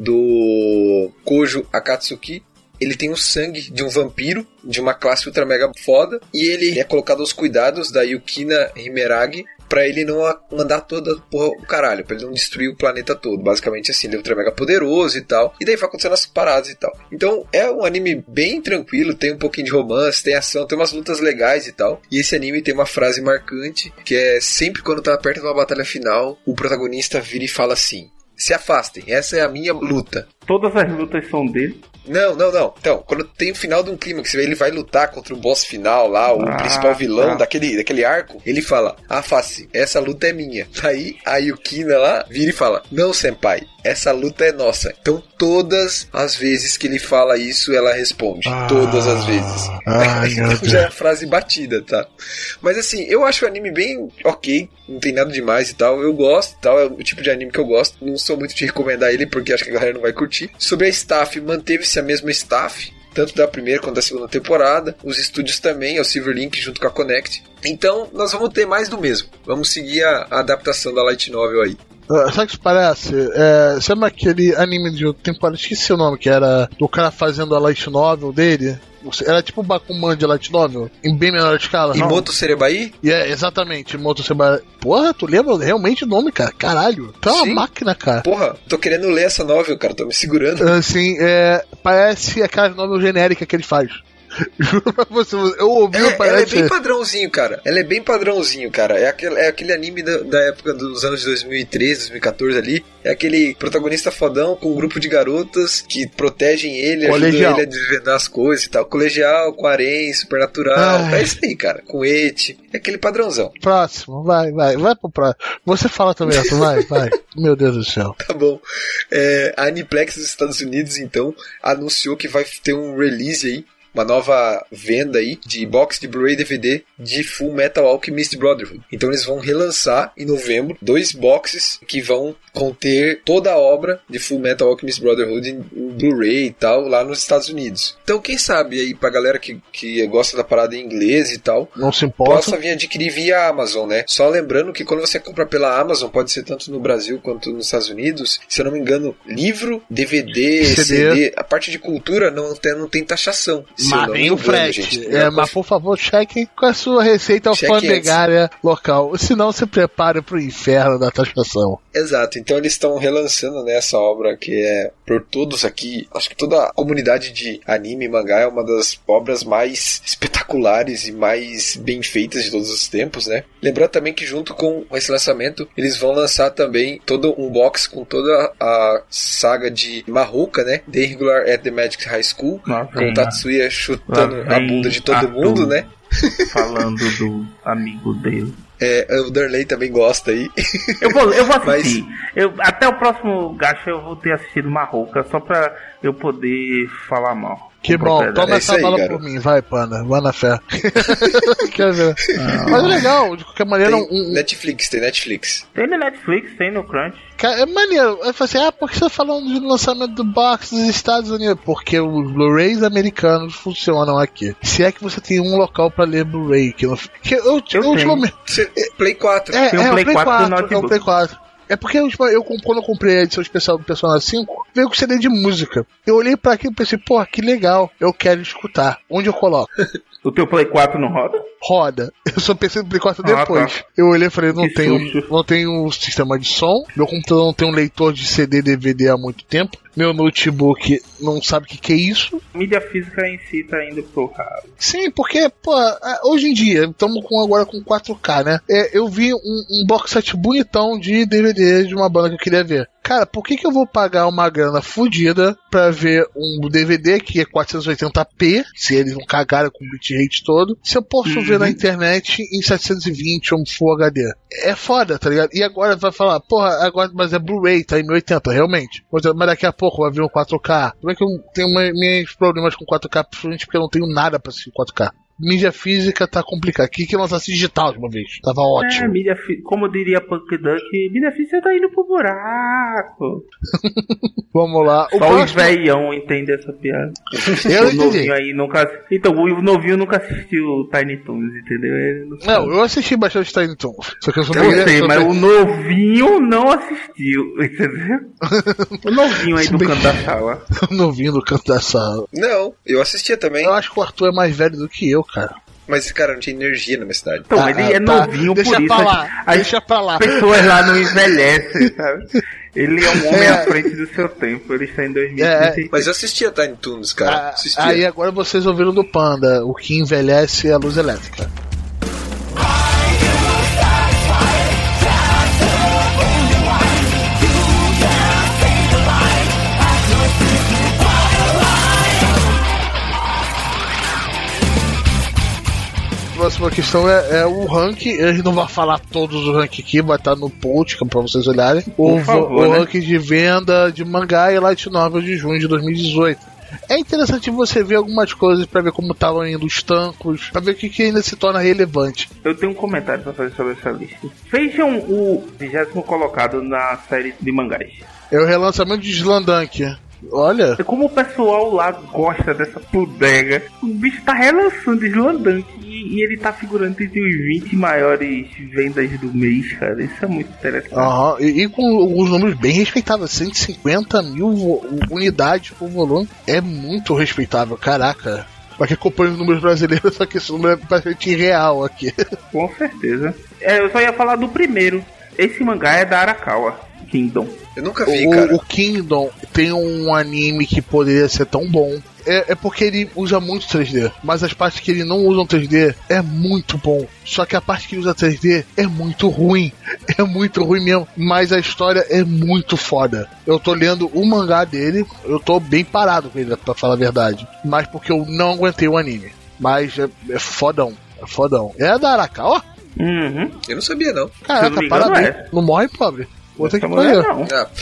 do Kojo Akatsuki. Ele tem o sangue de um vampiro, de uma classe ultra mega foda, e ele é colocado aos cuidados da Yukina Himeragi, pra ele não mandar toda porra o caralho, pra ele não destruir o planeta todo. Basicamente assim, ele é ultra mega poderoso e tal. E daí vai acontecendo as paradas e tal. Então é um anime bem tranquilo, tem um pouquinho de romance, tem ação, tem umas lutas legais e tal. E esse anime tem uma frase marcante, que é sempre quando tá perto de uma batalha final, o protagonista vira e fala assim: se afastem, essa é a minha luta. Todas as lutas são dele. Não, não, não. Então, quando tem o final de um clímax, ele vai lutar contra o boss final lá, o ah, principal vilão ah. daquele, daquele arco, ele fala: afaste, essa luta é minha. Aí a Yukina lá vira e fala: não, senpai, essa luta é nossa. Então todas as vezes que ele fala isso, ela responde. Ah, todas as vezes. Ai, então já é a frase batida, tá? Mas assim, eu acho o anime bem ok, não tem nada demais e tal. Eu gosto e tal, é o tipo de anime que eu gosto. Não sou muito de recomendar ele, porque acho que a galera não vai curtir. Sobre a staff, manteve-se a mesma staff, tanto da primeira quanto da segunda temporada. Os estúdios também, é o Silverlink junto com a Connect. Então nós vamos ter mais do mesmo. Vamos seguir a, a adaptação da Light Novel aí. Uh, sabe o que isso parece? É, sabe aquele anime de outra temporada? Esqueci o nome, que era do cara fazendo a Light Novel dele. Era tipo o Bakuman de Light Novel, em bem menor escala. Imoto Serebai? É, yeah, exatamente, Imoto Serebai. Porra, tu lembra realmente o nome, cara? Caralho, tu é uma Sim. máquina, cara. Porra, tô querendo ler essa novel, cara, tô me segurando. Assim, é, parece aquela novel genérica que ele faz. Juro pra você, eu ouvi ela, parece... ela é bem padrãozinho, cara. Ela é bem padrãozinho, cara. É aquele, é aquele anime da, da época dos anos dois mil e treze, dois mil e catorze ali. É aquele protagonista fodão com um grupo de garotas que protegem ele, Colegial. ajudam ele a desvendar as coisas e tal. Colegial, com harém, supernatural. Ai. É isso aí, cara. Com eti. É aquele padrãozão. Próximo, vai, vai, vai pro próximo. Você fala também, Arthur, vai, vai. Meu Deus do céu. Tá bom. É, a Aniplex dos Estados Unidos, então, anunciou que vai ter um release aí uma nova venda aí de box de Blu-ray e D V D de Full Metal Alchemist Brotherhood. Então eles vão relançar em novembro dois boxes que vão conter toda a obra de Full Metal Alchemist Brotherhood em, em Blu-ray e tal, lá nos Estados Unidos. Então quem sabe aí pra galera que, que gosta da parada em inglês e tal, não se importa, possa vir adquirir via Amazon, né? Só lembrando que quando você compra pela Amazon, pode ser tanto no Brasil quanto nos Estados Unidos, se eu não me engano, livro, D V D, C D, C D a parte de cultura não tem, não tem taxação. Mas nem o frete. É, mas por favor, chequem com a sua receita alfandegária local. Senão se prepare pro inferno da taxação. Exato, então eles estão relançando, né, essa obra que é por todos aqui, acho que toda a comunidade de anime e mangá é uma das obras mais espetaculares e mais bem feitas de todos os tempos, né? Lembrando também que junto com esse lançamento, eles vão lançar também todo um box com toda a saga de Mahoka, né? The Irregular at the Magic High School, lá com vem, o Tatsuya chutando a bunda de todo Arthur mundo, né? Falando do amigo dele. É, o Darley também gosta aí. Eu vou, eu vou assistir. Mas... Eu, até o próximo gacha eu vou ter assistido Mahoka, só pra eu poder falar mal. Que bom, toma é essa aí, bala garoto. por mim, vai, Panda, vai na fé. Quer ver? Não. Mas é legal, de qualquer maneira. Tem um, um... Netflix, tem Netflix. Tem no Netflix, tem no Crunch. É maneiro. Eu falei assim, ah, por que você tá falando do lançamento do box dos Estados Unidos? Porque os Blu-rays americanos funcionam aqui. Se é que você tem um local pra ler Blu-ray. Que eu, que eu, eu, eu ultimamente... Play quatro. É, Tem um é, Play o Play quatro quatro, no é o notebook. Play quatro. É porque eu, eu, quando eu comprei a edição especial do Persona cinco, veio com C D de música. Eu olhei pra aquilo e pensei, pô, que legal, eu quero escutar. Onde eu coloco? O teu Play quatro não roda? Roda. Eu só pensei no Play quatro Ah, depois. tá. Eu olhei e falei, não Que tenho, susto. não tenho sistema de som, meu computador não tem um leitor de C D e D V D há muito tempo, meu notebook não sabe o que, que é isso. Mídia física em si tá indo pro ralo. Sim, porque, pô, hoje em dia, estamos com, agora com quatro K, né? É, eu vi um, um box set bonitão de D V D de uma banda que eu queria ver. Cara, por que que eu vou pagar uma grana fodida pra ver um D V D que é quatrocentos e oitenta p, se eles não cagaram com o bitrate todo, se eu posso Uhum. ver na internet em setecentos e vinte ou um Full H D? É foda, tá ligado? E agora vai falar, porra, agora, mas é Blu-ray, tá em mil e oitenta, realmente. Mas daqui a pouco vai vir um quatro K. Como é que eu tenho uma, meus problemas com quatro K, principalmente porque eu não tenho nada pra assistir quatro K. Mídia física tá complicado. Aqui que lançasse digital de uma vez. Tava É, ótimo. mídia fí- como diria Punk Duck, mídia física tá indo pro buraco. Vamos lá. O Só os próximo... velhão entendem essa piada. Eu o entendi. novinho aí nunca. Então, o novinho nunca assistiu Tiny Toons, entendeu? Ele não, Não, eu assisti bastante Tiny Toons. Só que eu sou eu sei, mas o novinho não assistiu, entendeu? O novinho aí do Bem- canto da sala. novinho do canto da sala. Não, eu assistia também, Eu acho que o Arthur é mais velho do que eu, cara. mas, cara, não tinha energia na minha cidade. Então, Ah, ele ah, é tá. novinho Deixa por isso. pra lá, As deixa pra lá. pessoas lá não envelhecem, sabe? Ele é um homem É. à frente do seu tempo. Ele está em dois mil e trinta e três. Mas eu assistia Tiny Toons, cara. Ah, assistia. aí agora vocês ouviram do Panda. O que envelhece é a luz elétrica. A próxima questão é, é o rank. A gente não vai falar todos os rank aqui, vai estar no post pra vocês olharem. O, Por favor, o né? ranking de venda de mangá e light novel de junho de dois mil e dezoito. É interessante você ver algumas coisas pra ver como estavam indo os tancos, pra ver o que, que ainda se torna relevante. Eu tenho um comentário pra fazer sobre essa lista. Vejam o vigésimo colocado na série de mangás. É o relançamento de Slandunk. Olha, É como o pessoal lá gosta dessa bodega. O bicho tá relançando Slandunk e, e ele tá figurando entre os vinte maiores vendas do mês, cara. Isso é muito interessante. aham, e, e com alguns números bem respeitáveis, cento e cinquenta mil vo- unidades por volume. É muito respeitável, caraca. Pra quem acompanha os números brasileiros, só que esse número é bastante irreal aqui. Com certeza. É, eu só ia falar do primeiro. Esse mangá é da Arakawa Kingdom. Eu nunca vi, O, cara. o Kingdom tem um anime que poderia ser tão bom. É, é porque ele usa muito três D, mas as partes que ele não usa três D é muito bom. Só que a parte que ele usa três D é muito ruim. É muito ruim mesmo. Mas a história é muito foda. Eu tô lendo o mangá dele, eu tô bem parado com ele, pra falar a verdade. Mas porque eu não aguentei o anime. Mas é, é fodão. É fodão. É da Arakawa? Uhum. Eu não sabia, não. Se eu Caraca, não me engano, parabéns. é. Não morre, pobre. Vou ter que Essa mulher fazer. não. Ah, pff.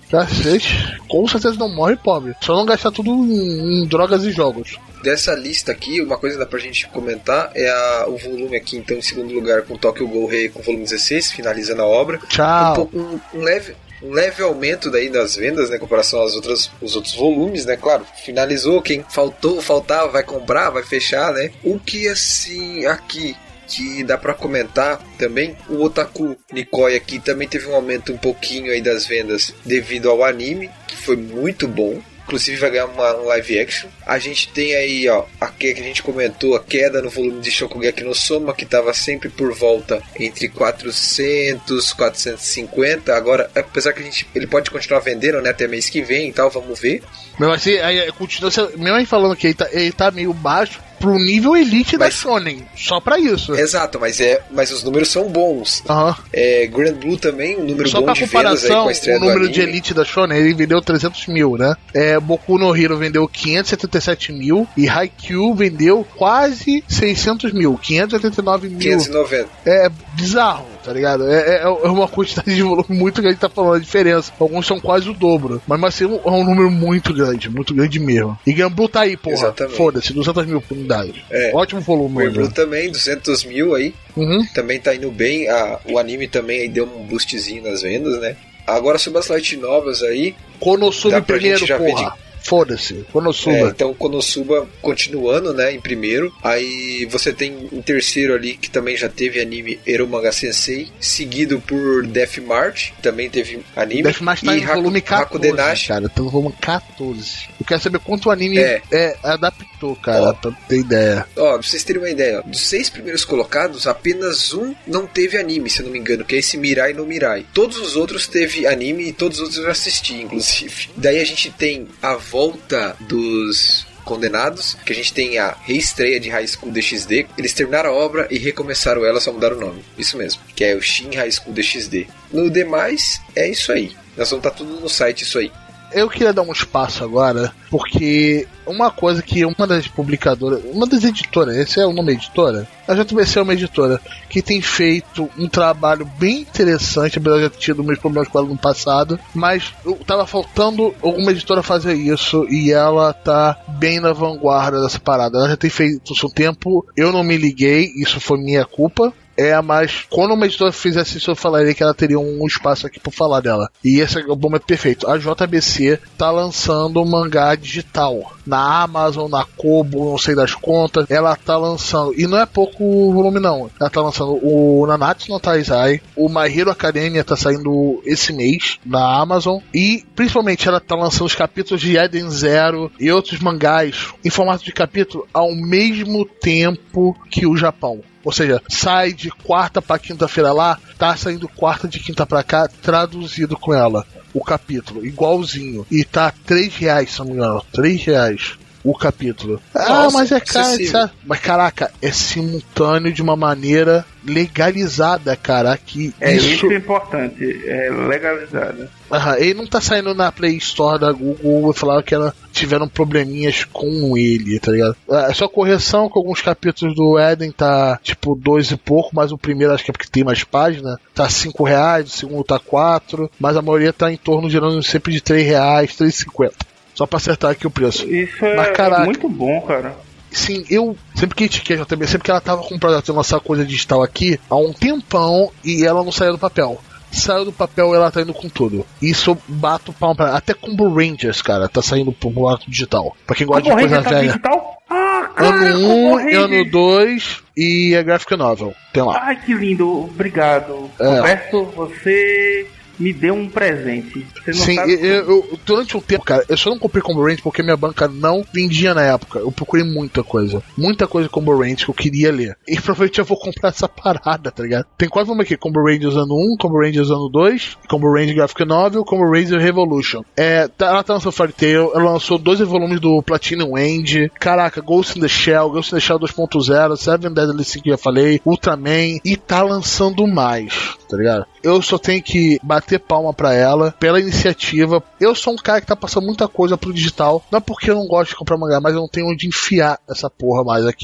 Cacete, com certeza não morre pobre. Só não gastar tudo em, em drogas e jogos. Dessa lista aqui, uma coisa que dá pra gente comentar é a, o volume aqui, então, em segundo lugar, com Tokyo Ghoul Rei com volume dezesseis, finalizando a obra. Tchau. Um, um, um leve... Um leve aumento daí das vendas, né, em comparação aos outros, os outros volumes, né, claro, finalizou, quem faltou, faltava, vai comprar, vai fechar, né, o que, assim, aqui, que dá pra comentar também, o Otaku Nikoi aqui também teve um aumento um pouquinho aí das vendas devido ao anime, que foi muito bom. Inclusive vai ganhar uma, um live action. A gente tem aí, ó, a que a gente comentou, a queda no volume de Shokugeki no Soma, que estava sempre por volta entre quatrocentos, quatrocentos e cinquenta. Agora, apesar que a gente, ele pode continuar vendendo, né, até mês que vem e tal, vamos ver. Mas assim, aí, continua, mesmo aí falando que ele tá, ele tá meio baixo pro nível elite mas, da Shonen, só pra isso. Exato, mas, é, mas os números são bons. Uhum. É, Grand Blue também, um número só bom de vendas aí com a estreia o número de elite da Shonen, ele vendeu trezentos mil, né? É, Boku no Hero vendeu quinhentos e setenta e sete mil e Haikyuu vendeu quase seiscentos mil, quinhentos e oitenta e nove mil. quinhentos e noventa. É bizarro, tá ligado? É, é, é uma quantidade de volume muito grande, tá falando a diferença. Alguns são quase o dobro, mas assim, é um número muito grande, muito grande mesmo. E Grand Blue tá aí, porra. Foda-se, duzentos mil unidades. É. Ótimo volume. O Grand Blue também, duzentos mil aí. Uhum. Também tá indo bem. A, o anime também aí deu um boostzinho nas vendas, né? Agora sobre as light novels aí. Konosuba primeiro, porra. Foda-se, Konosuba. É, então Konosuba continuando, né, em primeiro. Aí você tem em terceiro ali, que também já teve anime, Eromanga Sensei, seguido por Death March, também teve anime. Death March tá e em volume quatorze, cara, tá no volume quatorze. Eu quero saber quanto o anime é. É, adaptou, cara, ó, pra ter ideia. Ó, pra vocês terem uma ideia, dos seis primeiros colocados, apenas um não teve anime, se eu não me engano, que é esse Mirai no Mirai. Todos os outros teve anime e todos os outros eu já assisti, inclusive. Daí a gente tem a volta dos Condenados, que a gente tem a reestreia de High School D X D. Eles terminaram a obra e recomeçaram ela, só mudaram o nome. Isso mesmo, que é o Shin High School D X D. No demais, é isso aí. Nós vamos estar tudo no site, isso aí. Eu queria dar um espaço agora, porque uma coisa que uma das publicadoras, uma das editoras, esse é o nome da editora? A J B C é uma editora que tem feito um trabalho bem interessante, apesar de já ter tido meus problemas com ela no passado, mas tava faltando alguma editora fazer isso e ela tá bem na vanguarda dessa parada. Ela já tem feito isso um tempo, eu não me liguei, isso foi minha culpa. É, mas quando uma editora fizesse isso, eu falaria que ela teria um espaço aqui pra falar dela. E esse é o momento perfeito. A J B C tá lançando um mangá digital. Na Amazon, na Kobo, não sei das contas. Ela tá lançando. E não é pouco volume, não. Ela tá lançando o Nanatsu no Taizai. O My Hero Academia tá saindo esse mês na Amazon. E, principalmente, ela tá lançando os capítulos de Eden Zero e outros mangás em formato de capítulo ao mesmo tempo que o Japão. Ou seja, sai de quarta pra quinta-feira lá, tá saindo quarta de quinta pra cá, traduzido com ela. O capítulo, igualzinho. E tá três reais, se não me engano. três reais o capítulo. Nossa, ah, mas é caro, sabe? Mas caraca, é simultâneo de uma maneira legalizada, cara. Aqui, é isso, isso é importante, é legalizada. Aham, ele não tá saindo na Play Store da Google e falaram que ela tiveram probleminhas com ele, tá ligado? É só correção que alguns capítulos do Eden tá tipo dois e pouco, mas o primeiro acho que é porque tem mais página, tá cinco reais, o segundo tá quatro, mas a maioria tá em torno girando sempre de três reais, três e cinquenta. Só pra acertar aqui o preço. Isso é mas, caraca, muito bom, cara. Sim, eu sempre critiquei a J B C porque ela tava com o projeto de lançar coisa digital aqui há um tempão e ela não saía do papel. Saiu do papel e ela tá indo com tudo. Isso eu bato palma pra... Até Combo Rangers, cara, tá saindo pro formato digital. Pra quem gosta Combo de coisa tá velha. Digital? Ah, cara, ano um, ano dois e a Graphic Novel. Tem lá. Ai, que lindo. Obrigado. É. Roberto, você... me deu um presente. Você não Sim, sabe eu, eu, durante um tempo, cara, eu só não comprei Combo Range porque minha banca não vendia na época. Eu procurei muita coisa. Muita coisa de Combo Range que eu queria ler. E provavelmente eu vou comprar essa parada, tá ligado? Tem quase uma aqui: Combo Rangers ano um, Combo Rangers ano dois, Combo Ranger Graphic Novel, Combo Ranger Revolution. É, tá, ela tá lançando Fairy Tail, ela lançou doze volumes do Platinum End. Caraca, Ghost in the Shell, Ghost in the Shell dois ponto zero, Seven Deadly Sins que eu já falei, Ultraman. E tá lançando mais, tá ligado? Eu só tenho que bater palma pra ela, pela iniciativa. Eu sou um cara que tá passando muita coisa pro digital. Não é porque eu não gosto de comprar mangá, mas eu não tenho onde enfiar essa porra mais aqui.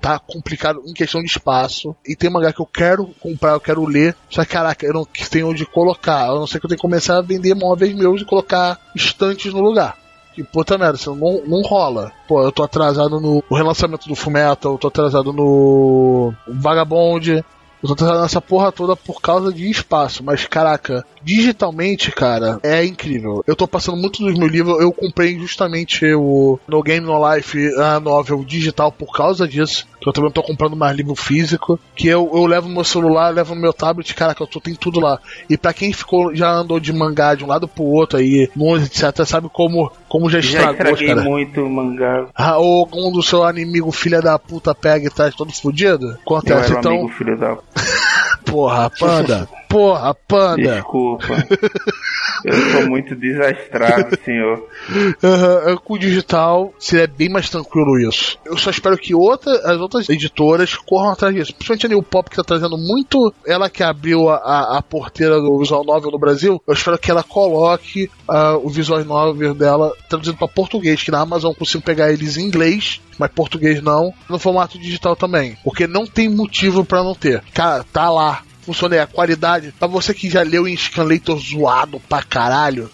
tá complicado em questão de espaço. E tem mangá que eu quero comprar, eu quero ler. Só que, caraca, eu não tenho onde colocar. A não ser que eu tenho que começar a vender móveis meus e colocar estantes no lugar. E puta merda, isso não, não rola. Pô, eu tô atrasado no, no relançamento do Fullmetal, eu tô atrasado no Vagabond. Eu tô atrasado nessa porra toda por causa de espaço. Mas, caraca, digitalmente, cara, é incrível. Eu tô passando muito dos meus livros. Eu comprei justamente o No Game No Life, a novel digital, por causa disso. Eu também tô comprando mais livro físico. Que eu, eu levo no meu celular, levo no meu tablet. Caraca, eu tô, tem tudo lá. E pra quem ficou, já andou de mangá de um lado pro outro aí, no etcétera, sabe como, como já estragou, já estraguei cara. muito mangá. Ah, ou um do seu inimigo filha da puta pega e traz todo fudido? Acontece, eu era então. Amigo, filho da... Porra, Panda. Porra, Panda. Desculpa. Eu sou muito desastrado, senhor. Uhum, com o digital seria bem mais tranquilo isso. Eu só espero que outra, as outras editoras corram atrás disso. Principalmente a New Pop, que tá trazendo muito. Ela que abriu a, a, a porteira do Visual Novel no Brasil. Eu espero que ela coloque uh, o Visual Novel dela traduzido pra português. Que na Amazon eu consigo pegar eles em inglês, mas português não. No formato digital também. Porque não tem motivo pra não ter. Cara, tá lá. Funciona aí, a qualidade. Pra você que já leu em Scanlator zoado pra caralho,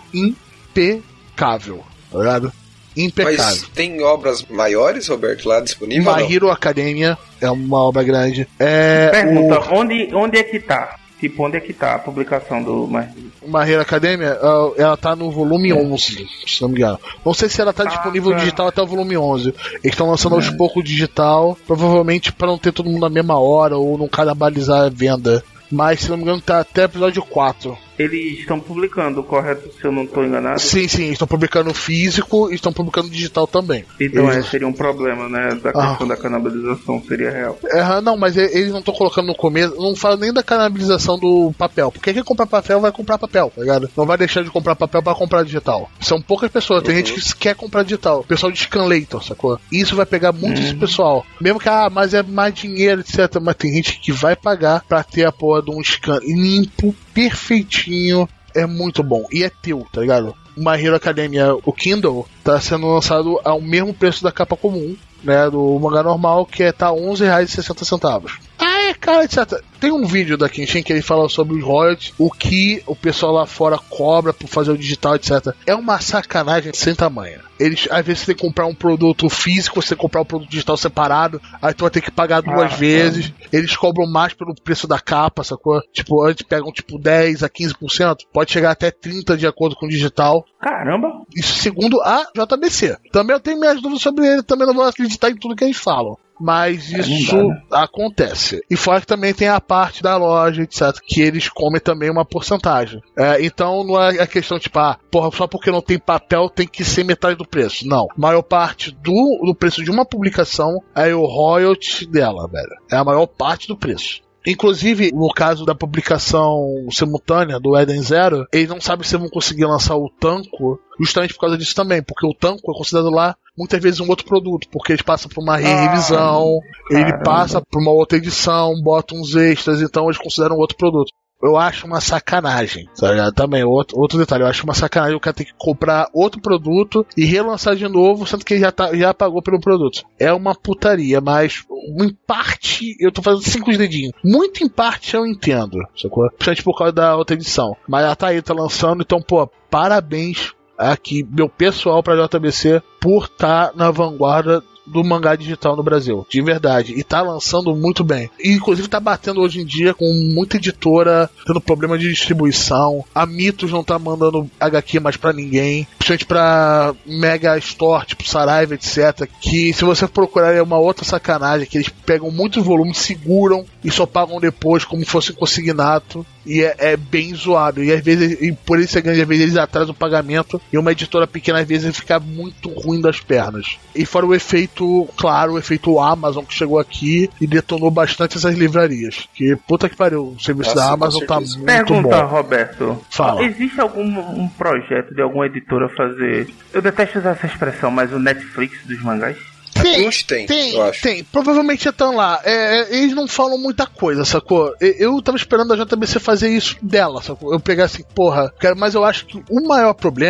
impecável, tá ligado? Impecável. Mas tem obras maiores, Roberto, lá disponível? My Hero Academia é uma obra grande. É Pergunta, o... onde, onde é que tá? Tipo, onde é que tá a publicação do My Hero? My Hero Academia, ela tá no volume onze, se não me engano. Não sei se ela tá ah, disponível tá. digital até o volume onze. Eles estão lançando é. aos poucos digital, provavelmente para não ter todo mundo na mesma hora ou não canibalizar a venda. Mas, se não me engano, tá até episódio quatro. Eles estão publicando, correto? Se eu não estou enganado? Sim, sim. Estão publicando físico e estão publicando digital também. Então eles... é, seria um problema, né? Da questão ah. da canibalização seria real. É, não, mas eles não estão colocando no começo. Não fala nem da canibalização do papel. Porque quem comprar papel vai comprar papel, tá ligado? Não vai deixar de comprar papel para comprar digital. São poucas pessoas. Tem uhum. gente que quer comprar digital. O pessoal de Scanlator, sacou? Isso vai pegar muito uhum. esse pessoal. Mesmo que, ah, mas é mais dinheiro, etcétera. Mas tem gente que vai pagar pra ter a porra de um scan limpo, perfeitinho. É muito bom. E é teu, tá ligado? O My Hero Academia, o Kindle, tá sendo lançado ao mesmo preço da capa comum, né? Do mangá normal, que é tá onze reais e sessenta centavos. Ah, é, cara, etcétera. Tem um vídeo da Kenshin que ele fala sobre os royalties, o que o pessoal lá fora cobra por fazer o digital, etcétera. É uma sacanagem sem tamanho. Eles, às vezes, você tem que comprar um produto físico, você tem que comprar um produto digital separado, aí tu vai ter que pagar duas ah, vezes. É. Eles cobram mais pelo preço da capa, sacou? Tipo, antes pegam tipo dez a quinze por cento, pode chegar até trinta por cento de acordo com o digital. Caramba! Isso segundo a J B C. Também eu tenho minhas dúvidas sobre ele, também não vou acreditar em tudo que eles falam. Mas isso é, né? acontece. E fora que também tem a parte da loja, etcétera, que eles comem também uma porcentagem. É, então não é a questão tipo, ah, porra, só porque não tem papel tem que ser metade do preço. Não. A maior parte do, do preço de uma publicação é o royalty dela, velho. É a maior parte do preço. Inclusive, no caso da publicação simultânea do Eden Zero, eles não sabem se vão conseguir lançar o Tanco justamente por causa disso também, porque o Tanco é considerado lá muitas vezes um outro produto, porque eles passam por uma revisão, ah, ele passa por uma outra edição, bota uns extras, então eles consideram outro produto. Eu acho uma sacanagem, sabe? Também, outro, outro detalhe, eu acho uma sacanagem o cara ter que comprar outro produto e relançar de novo, sendo que ele já, tá, já pagou pelo produto. É uma putaria, mas em parte, eu tô fazendo cinco dedinhos. Muito em parte eu entendo, sacou? Principalmente por causa da outra edição. Mas ela tá aí, tá lançando, então, pô, parabéns aqui, meu pessoal pra J B C, por estar tá na vanguarda do mangá digital no Brasil, de verdade, e tá lançando muito bem. E inclusive tá batendo hoje em dia com muita editora tendo problema de distribuição. A Mitos não tá mandando H Q mais pra ninguém, principalmente pra Mega Store, tipo Saraiva, etcétera. Que se você procurar é uma outra sacanagem, que eles pegam muitos volumes, seguram e só pagam depois como se fosse consignato. E é, é bem zoado. E às vezes, e por isso é grande, às vezes eles atrasam o pagamento. E uma editora pequena, às vezes, fica muito ruim das pernas. E fora o efeito, claro, o efeito Amazon que chegou aqui e detonou bastante essas livrarias. Que puta que pariu, o serviço Nossa, da Amazon tá muito Pergunta, bom. Pergunta, Roberto. Fala. Existe algum um projeto de alguma editora fazer... Eu detesto usar essa expressão, mas o Netflix dos mangás? Tem, tem, tem, eu acho. tem. Provavelmente já estão lá. É, eles não falam muita coisa, sacou? Eu tava esperando a J B C fazer isso dela, sacou? Eu pegar assim, porra, quero, mas eu acho que o maior problema,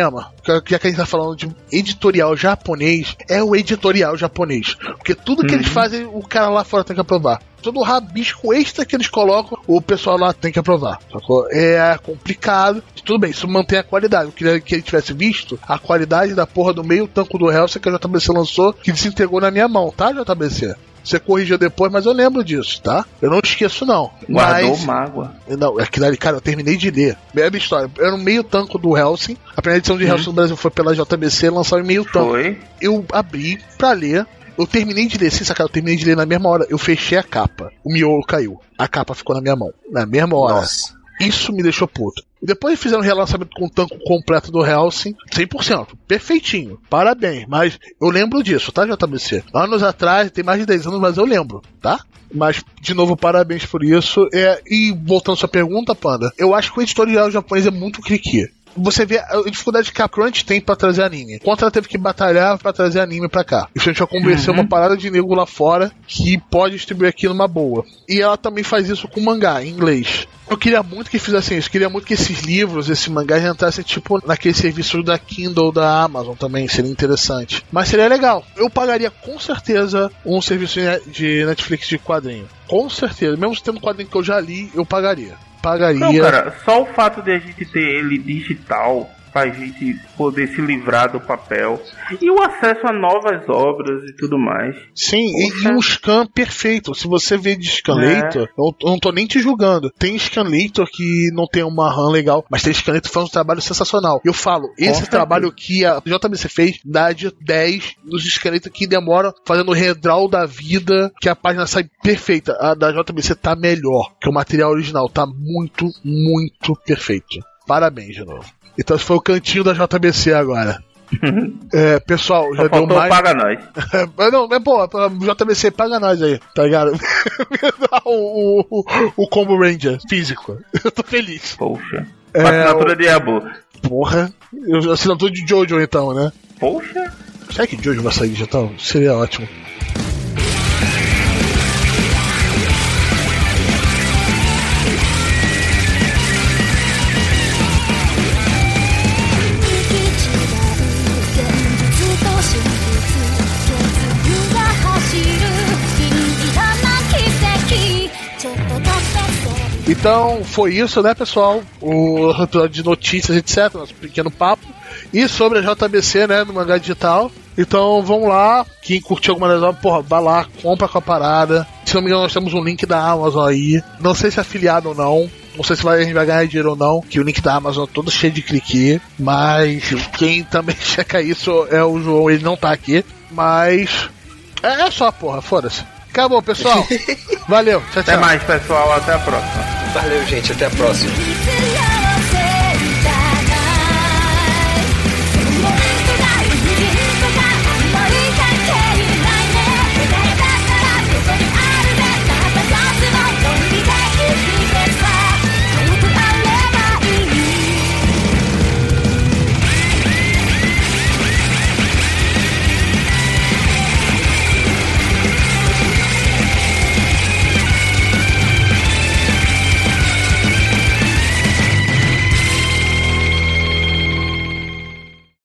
já que a gente tá falando de editorial japonês, é o editorial japonês. Porque tudo que uhum. eles fazem, o cara lá fora tem que aprovar. Todo o rabisco extra que eles colocam, o pessoal lá tem que aprovar. Sacou? É complicado. Tudo bem, isso mantém a qualidade. Eu queria que ele tivesse visto a qualidade da porra do meio tanco do Hellsing que a J B C lançou, que desentregou na minha mão, tá, J B C? Você corrigiu depois, mas eu lembro disso, tá? Eu não esqueço, não. Guardou mas... mágoa. Não, aquilo ali, cara, eu terminei de ler. Mesma história. Era no meio tanco do Hellsing. A primeira edição de hum. Hellsing no Brasil foi pela J B C, lançada em meio tanco. Foi. Eu abri pra ler. Eu terminei de ler, sim, saca? Eu terminei de ler na mesma hora. Eu fechei a capa. O miolo caiu. A capa ficou na minha mão. Na mesma hora. Nossa. Isso me deixou puto. Depois fizeram um relançamento com o tanco completo do Hellsing, cem por cento, perfeitinho, parabéns, mas eu lembro disso, tá, J B C? Anos atrás, tem mais de dez anos, mas eu lembro, tá? Mas, de novo, parabéns por isso. É, e voltando à sua pergunta, Panda, eu acho que o editorial japonês é muito cliquê. Você vê a dificuldade que a Crunch tem pra trazer anime. Quanto ela teve que batalhar pra trazer anime pra cá. Isso a gente vai convencer uhum. uma parada de nego lá fora que pode distribuir aqui numa boa. E ela também faz isso com mangá, em inglês. Eu queria muito que fizessem isso. Queria muito que esses livros, esses mangás entrassem tipo naquele serviço da Kindle da Amazon também. Seria interessante. Mas seria legal. Eu pagaria com certeza um serviço de Netflix de quadrinho. Com certeza. Mesmo tendo quadrinho que eu já li, eu pagaria. Pagaria. Não, cara, só o fato de a gente ter ele digital pra gente poder se livrar do papel e o acesso a novas obras e tudo mais. Sim, e, e um scan perfeito. Se você vê de Scanlator, é. eu, eu não tô nem te julgando. Tem Scanlator que não tem uma RAM legal, mas tem Scanlator que faz um trabalho sensacional. Eu falo, esse Com trabalho certeza. que a J B C fez dá de dez nos Scanlator que demoram fazendo o redraw da vida, que a página sai perfeita. A da J B C tá melhor, que o material original tá muito, muito perfeito. Parabéns de novo. Então esse foi o cantinho da J B C agora. É, pessoal, Só já deu mais. Paga nós. É, não, é pô, J B C paga nós aí, tá ligado? o, o, o Combo Ranger físico. Eu tô feliz. Poxa. É, assinatura o... de Yabu. Porra. Eu, assinatura de Jojo então, né? Poxa. Será que Jojo vai sair digital? Seria ótimo. Então foi isso, né, pessoal? O episódio de notícias, etcétera. Nosso pequeno papo. E sobre a J B C, né, no mangá digital. Então vamos lá. Quem curtiu alguma das obras, porra, vai lá, compra com a parada. Se não me engano, nós temos um link da Amazon aí. Não sei se é afiliado ou não. Não sei se vai, a gente vai ganhar dinheiro ou não. Que o link da Amazon é todo cheio de clique. Mas quem também checa isso é o João, ele não tá aqui. Mas é só, porra, foda-se. Acabou, pessoal. Valeu, tchau, tchau. Até mais, pessoal. Até a próxima. Valeu, gente. Até a próxima.